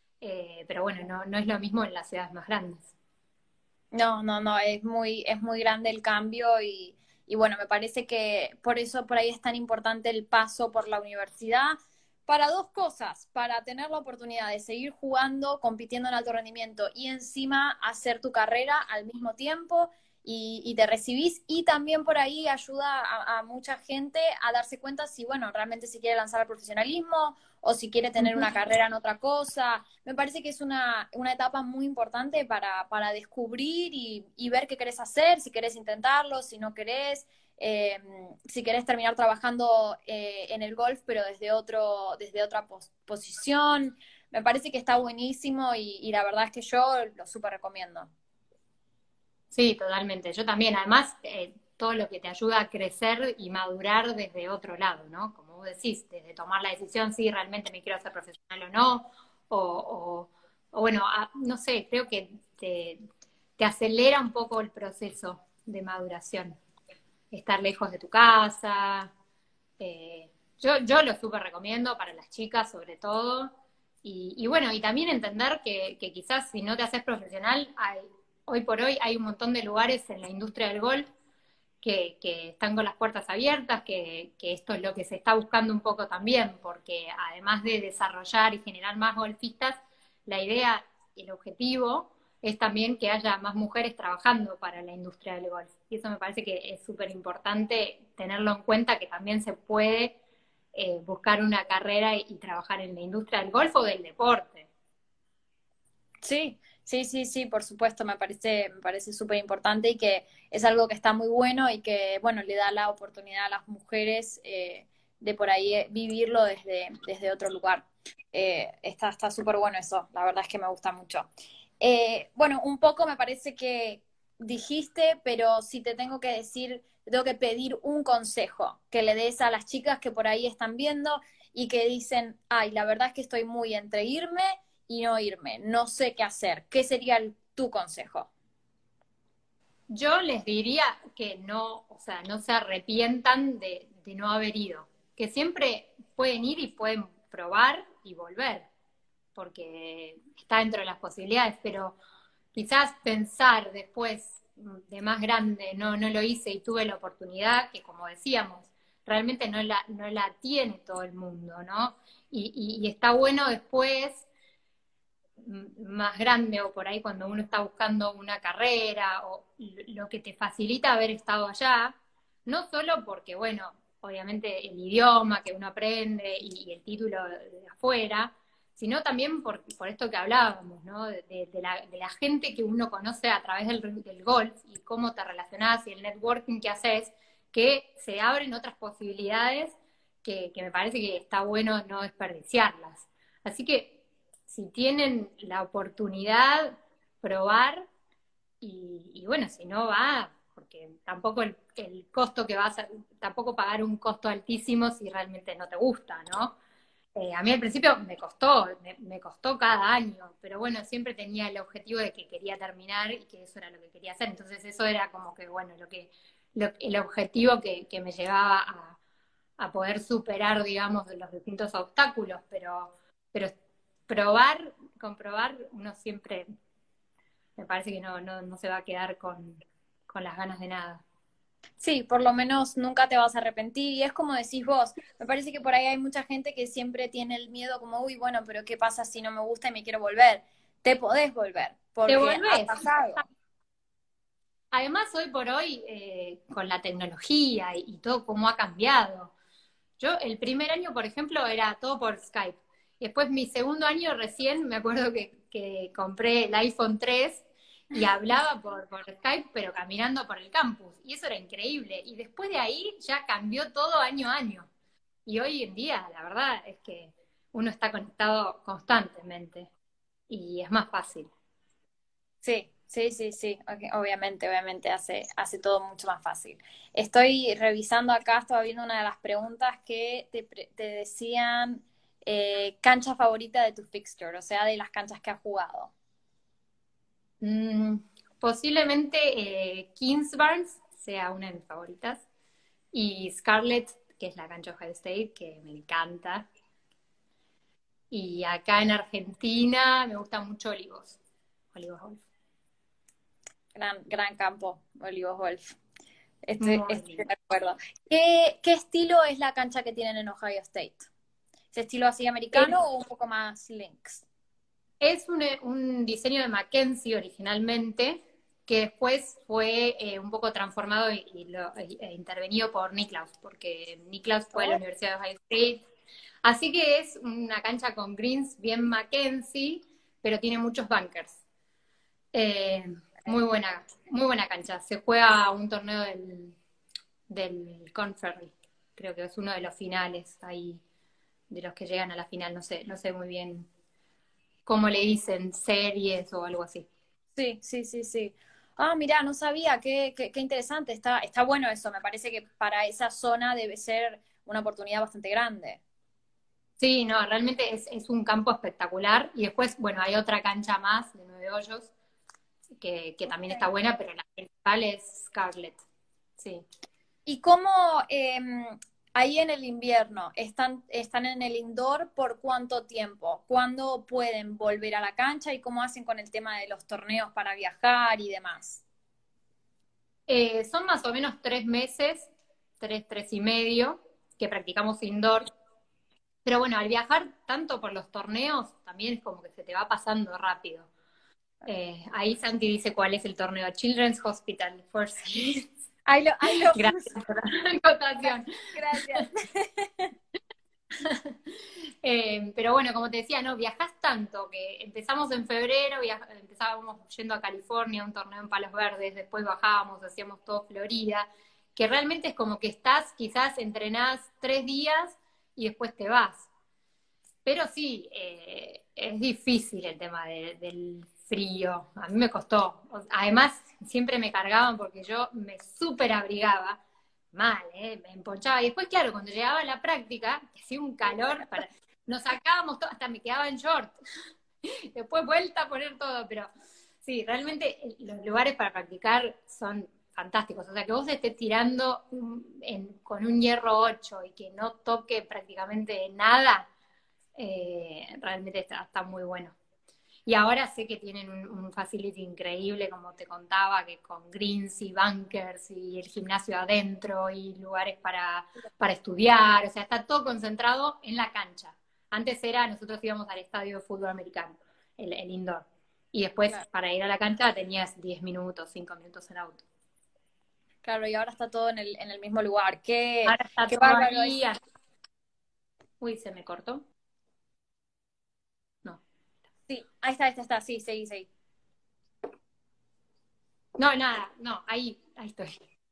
S2: eh, pero bueno, no, no es lo mismo en las ciudades más grandes.
S3: No, no, no, es muy, es muy grande el cambio y, y bueno, me parece que por eso por ahí es tan importante el paso por la universidad para dos cosas, para tener la oportunidad de seguir jugando, compitiendo en alto rendimiento y encima hacer tu carrera al mismo tiempo y, y te recibís, y también por ahí ayuda a, a mucha gente a darse cuenta si, bueno, realmente si quiere lanzar al profesionalismo o si quiere tener una carrera en otra cosa. Me parece que es una, una etapa muy importante para, para descubrir y, y ver qué querés hacer, si querés intentarlo, si no querés. Eh, si querés terminar trabajando eh, en el golf, pero desde, otro, desde otra pos posición. Me parece que está buenísimo y, y la verdad es que yo lo súper recomiendo.
S2: Sí, totalmente. Yo también, además, eh, todo lo que te ayuda a crecer y madurar desde otro lado, ¿no? Como vos decís, desde tomar la decisión si realmente me quiero hacer profesional o no, o, o, o bueno, a, no sé, creo que te, te acelera un poco el proceso de maduración. Estar lejos de tu casa. Eh, yo, yo lo súper recomiendo para las chicas sobre todo. Y, y bueno, y también entender que, que quizás si no te haces profesional, hay, hoy por hoy hay un montón de lugares en la industria del golf que, que están con las puertas abiertas, que, que esto es lo que se está buscando un poco también, porque además de desarrollar y generar más golfistas, la idea y el objetivo es también que haya más mujeres trabajando para la industria del golf. Y eso me parece que es súper importante tenerlo en cuenta, que también se puede eh, buscar una carrera y, y trabajar en la industria del golf o del deporte.
S3: Sí, sí, sí, sí, por supuesto, me parece, me parece súper importante y que es algo que está muy bueno y que, bueno, le da la oportunidad a las mujeres eh, de por ahí eh, vivirlo desde, desde otro lugar. Eh, está, está súper bueno eso, la verdad es que me gusta mucho. Eh, bueno, un poco me parece que dijiste, pero si te tengo que decir, te tengo que pedir un consejo que le des a las chicas que por ahí están viendo y que dicen, ay, la verdad es que estoy muy entre irme y no irme, no sé qué hacer. ¿Qué sería el, tu consejo?
S2: Yo les diría que no, o sea, no se arrepientan de, de no haber ido, que siempre pueden ir y pueden probar y volver, porque está dentro de las posibilidades, pero quizás pensar después de más grande, no, no lo hice y tuve la oportunidad, que como decíamos, realmente no la, no la tiene todo el mundo, ¿no? Y, y, y está bueno después más grande o por ahí cuando uno está buscando una carrera o lo que te facilita haber estado allá, no solo porque, bueno, obviamente el idioma que uno aprende y, y el título de afuera, sino también por, por esto que hablábamos, ¿no? De, de, la, de la gente que uno conoce a través del, del golf y cómo te relacionás y el networking que haces, que se abren otras posibilidades que, que me parece que está bueno no desperdiciarlas. Así que si tienen la oportunidad, probar y, y bueno, si no va, porque tampoco el, el costo que vas a, tampoco pagar un costo altísimo si realmente no te gusta, ¿no? Eh, a mí al principio me costó, me, me costó cada año, pero bueno, siempre tenía el objetivo de que quería terminar y que eso era lo que quería hacer, entonces eso era como que, bueno, lo que, lo, el objetivo que, que me llevaba a, a poder superar, digamos, los distintos obstáculos, pero, pero probar, comprobar, uno siempre me parece que no, no, no se va a quedar con, con las ganas de nada.
S3: Sí, por lo menos nunca te vas a arrepentir y es como decís vos, me parece que por ahí hay mucha gente que siempre tiene el miedo como, uy, bueno, pero ¿qué pasa si no me gusta y me quiero volver? Te podés volver,
S2: Te
S3: porque ha
S2: volvés.
S3: pasado.
S2: Además, hoy por hoy, eh, con la tecnología y, y todo cómo ha cambiado. Yo el primer año, por ejemplo, era todo por Skype. Después mi segundo año recién, me acuerdo que, que compré el iPhone tres y hablaba por, por Skype, pero caminando por el campus. Y eso era increíble. Y después de ahí ya cambió todo año a año. Y hoy en día, la verdad es que uno está conectado constantemente y es más fácil.
S3: Sí, sí, sí, sí, ok, obviamente, obviamente hace, hace todo mucho más fácil. Estoy revisando acá, estaba viendo una de las preguntas que te, pre- te decían eh, cancha favorita de tu fixture, o sea, de las canchas que has jugado.
S2: Mm, posiblemente eh, Kingsbarns sea una de mis favoritas. Y Scarlett, que es la cancha Ohio State, que me encanta. Y acá en Argentina me gusta mucho Olivos. Olivos Golf.
S3: Gran, gran campo, Olivos Golf. Estoy,
S2: Muy
S3: estoy
S2: lindo.
S3: de acuerdo. ¿Qué, qué estilo es la cancha que tienen en Ohio State? ¿Es estilo así americano
S2: Es,
S3: o un poco más links?
S2: es un, un diseño de Mackenzie originalmente, que después fue eh, un poco transformado y, y lo, e, e intervenido por Niklaus, porque Niklaus fue a la
S3: Oh,
S2: Universidad de Ohio State. Así que es una cancha con greens bien Mackenzie, pero tiene muchos bunkers. Eh, muy buena, muy buena cancha. Se juega un torneo del, del Conferry. Creo que es uno de los finales ahí, de los que llegan a la final. No sé, no sé muy bien cómo le dicen, series o algo así.
S3: sí, sí, sí, sí. Ah, mirá, no sabía, qué, qué, qué interesante, está, está bueno eso, me parece que para esa zona debe ser una oportunidad bastante grande.
S2: Sí, no, realmente es, es un campo espectacular. Y después, bueno, hay otra cancha más de nueve hoyos que, que también está
S3: Ok.
S2: buena, pero la principal es Scarlett. Sí.
S3: ¿Y cómo em, ahí en el invierno están, están en el indoor por cuánto tiempo? ¿Cuándo pueden volver a la cancha y cómo hacen con el tema de los torneos para viajar y demás?
S2: Eh, son más o menos tres meses, tres, tres y medio, que practicamos indoor. Pero bueno, al viajar tanto por los torneos, también es como que se te va pasando rápido. Eh, ahí Santi dice cuál es el torneo. Children's Hospital, Four Seasons.
S3: Ahí lo, ahí lo puse.
S2: Gracias por la acotación.
S3: Gracias.
S2: Eh, pero bueno, como te decía, no, viajás tanto que empezamos en febrero, viaj- empezábamos yendo a California, a un torneo en Palos Verdes, después bajábamos, hacíamos todo Florida, que realmente es como que estás, quizás entrenás tres días y después te vas. Pero sí, eh, es difícil el tema de- del frío. A mí me costó. O- Además, siempre me cargaban porque yo me súper abrigaba. Mal, ¿eh? Me emponchaba. Y después, claro, cuando llegaba a la práctica, que hacía un calor, para... nos sacábamos todo, hasta me quedaba en short. Después vuelta a poner todo, pero sí, realmente eh, los lugares para practicar son fantásticos. O sea, que vos estés tirando un- en- con un hierro ocho y que no toque prácticamente nada, eh, realmente está, está muy bueno. Y ahora sé que tienen un, un facility increíble, como te contaba, que con greens y bunkers y el gimnasio adentro y lugares para, para estudiar, o sea, está todo concentrado en la cancha. Antes era, nosotros íbamos al estadio de fútbol americano, el, el indoor. Y después,
S3: Claro,
S2: para ir a la cancha, tenías diez minutos, cinco minutos en auto.
S3: claro, y ahora está todo en el, en el mismo lugar. Qué,
S2: Ahora está
S3: qué
S2: todo
S3: bárbaro
S2: ahí.
S3: es.
S2: Uy, se me cortó. No.
S3: Sí, ahí está, ahí está, está, sí, seguí, seguí.
S2: No, nada, no, ahí, ahí estoy.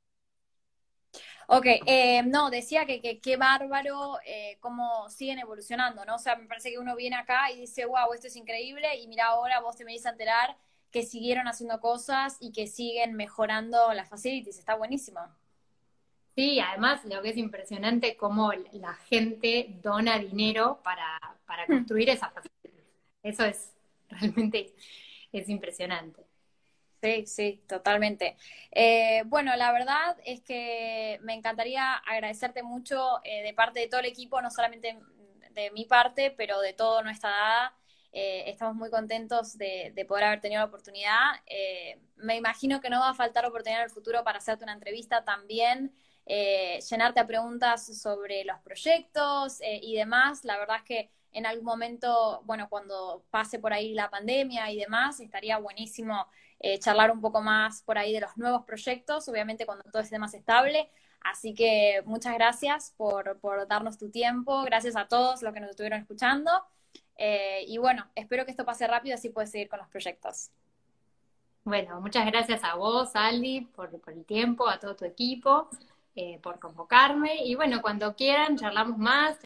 S3: Ok, eh, no, decía que que- qué bárbaro eh, cómo siguen evolucionando, ¿no? O sea, me parece que uno viene acá y dice, wow, esto es increíble, y mira ahora vos te venís a enterar que siguieron haciendo cosas y que siguen mejorando las facilities, está buenísimo.
S2: Sí, además lo que es impresionante cómo la gente dona dinero para, para construir esas facilidades. Eso es realmente es impresionante.
S3: Sí, sí, totalmente. Eh, bueno, la verdad es que me encantaría agradecerte mucho eh, de parte de todo el equipo, no solamente de mi parte, pero de todo nuestra dada. Eh, estamos muy contentos de, de poder haber tenido la oportunidad. Eh, me imagino que no va a faltar oportunidad en el futuro para hacerte una entrevista también, eh, llenarte a preguntas sobre los proyectos eh, y demás. La verdad es que en algún momento, bueno, cuando pase por ahí la pandemia y demás, estaría buenísimo eh, charlar un poco más por ahí de los nuevos proyectos, obviamente cuando todo esté más estable. Así que muchas gracias por, por darnos tu tiempo, gracias a todos los que nos estuvieron escuchando. Eh, y bueno, espero que esto pase rápido, así puedes seguir con los proyectos.
S2: Bueno, muchas gracias a vos, Aldi, por, por el tiempo, a todo tu equipo, eh, por convocarme. Y bueno, cuando quieran, charlamos más.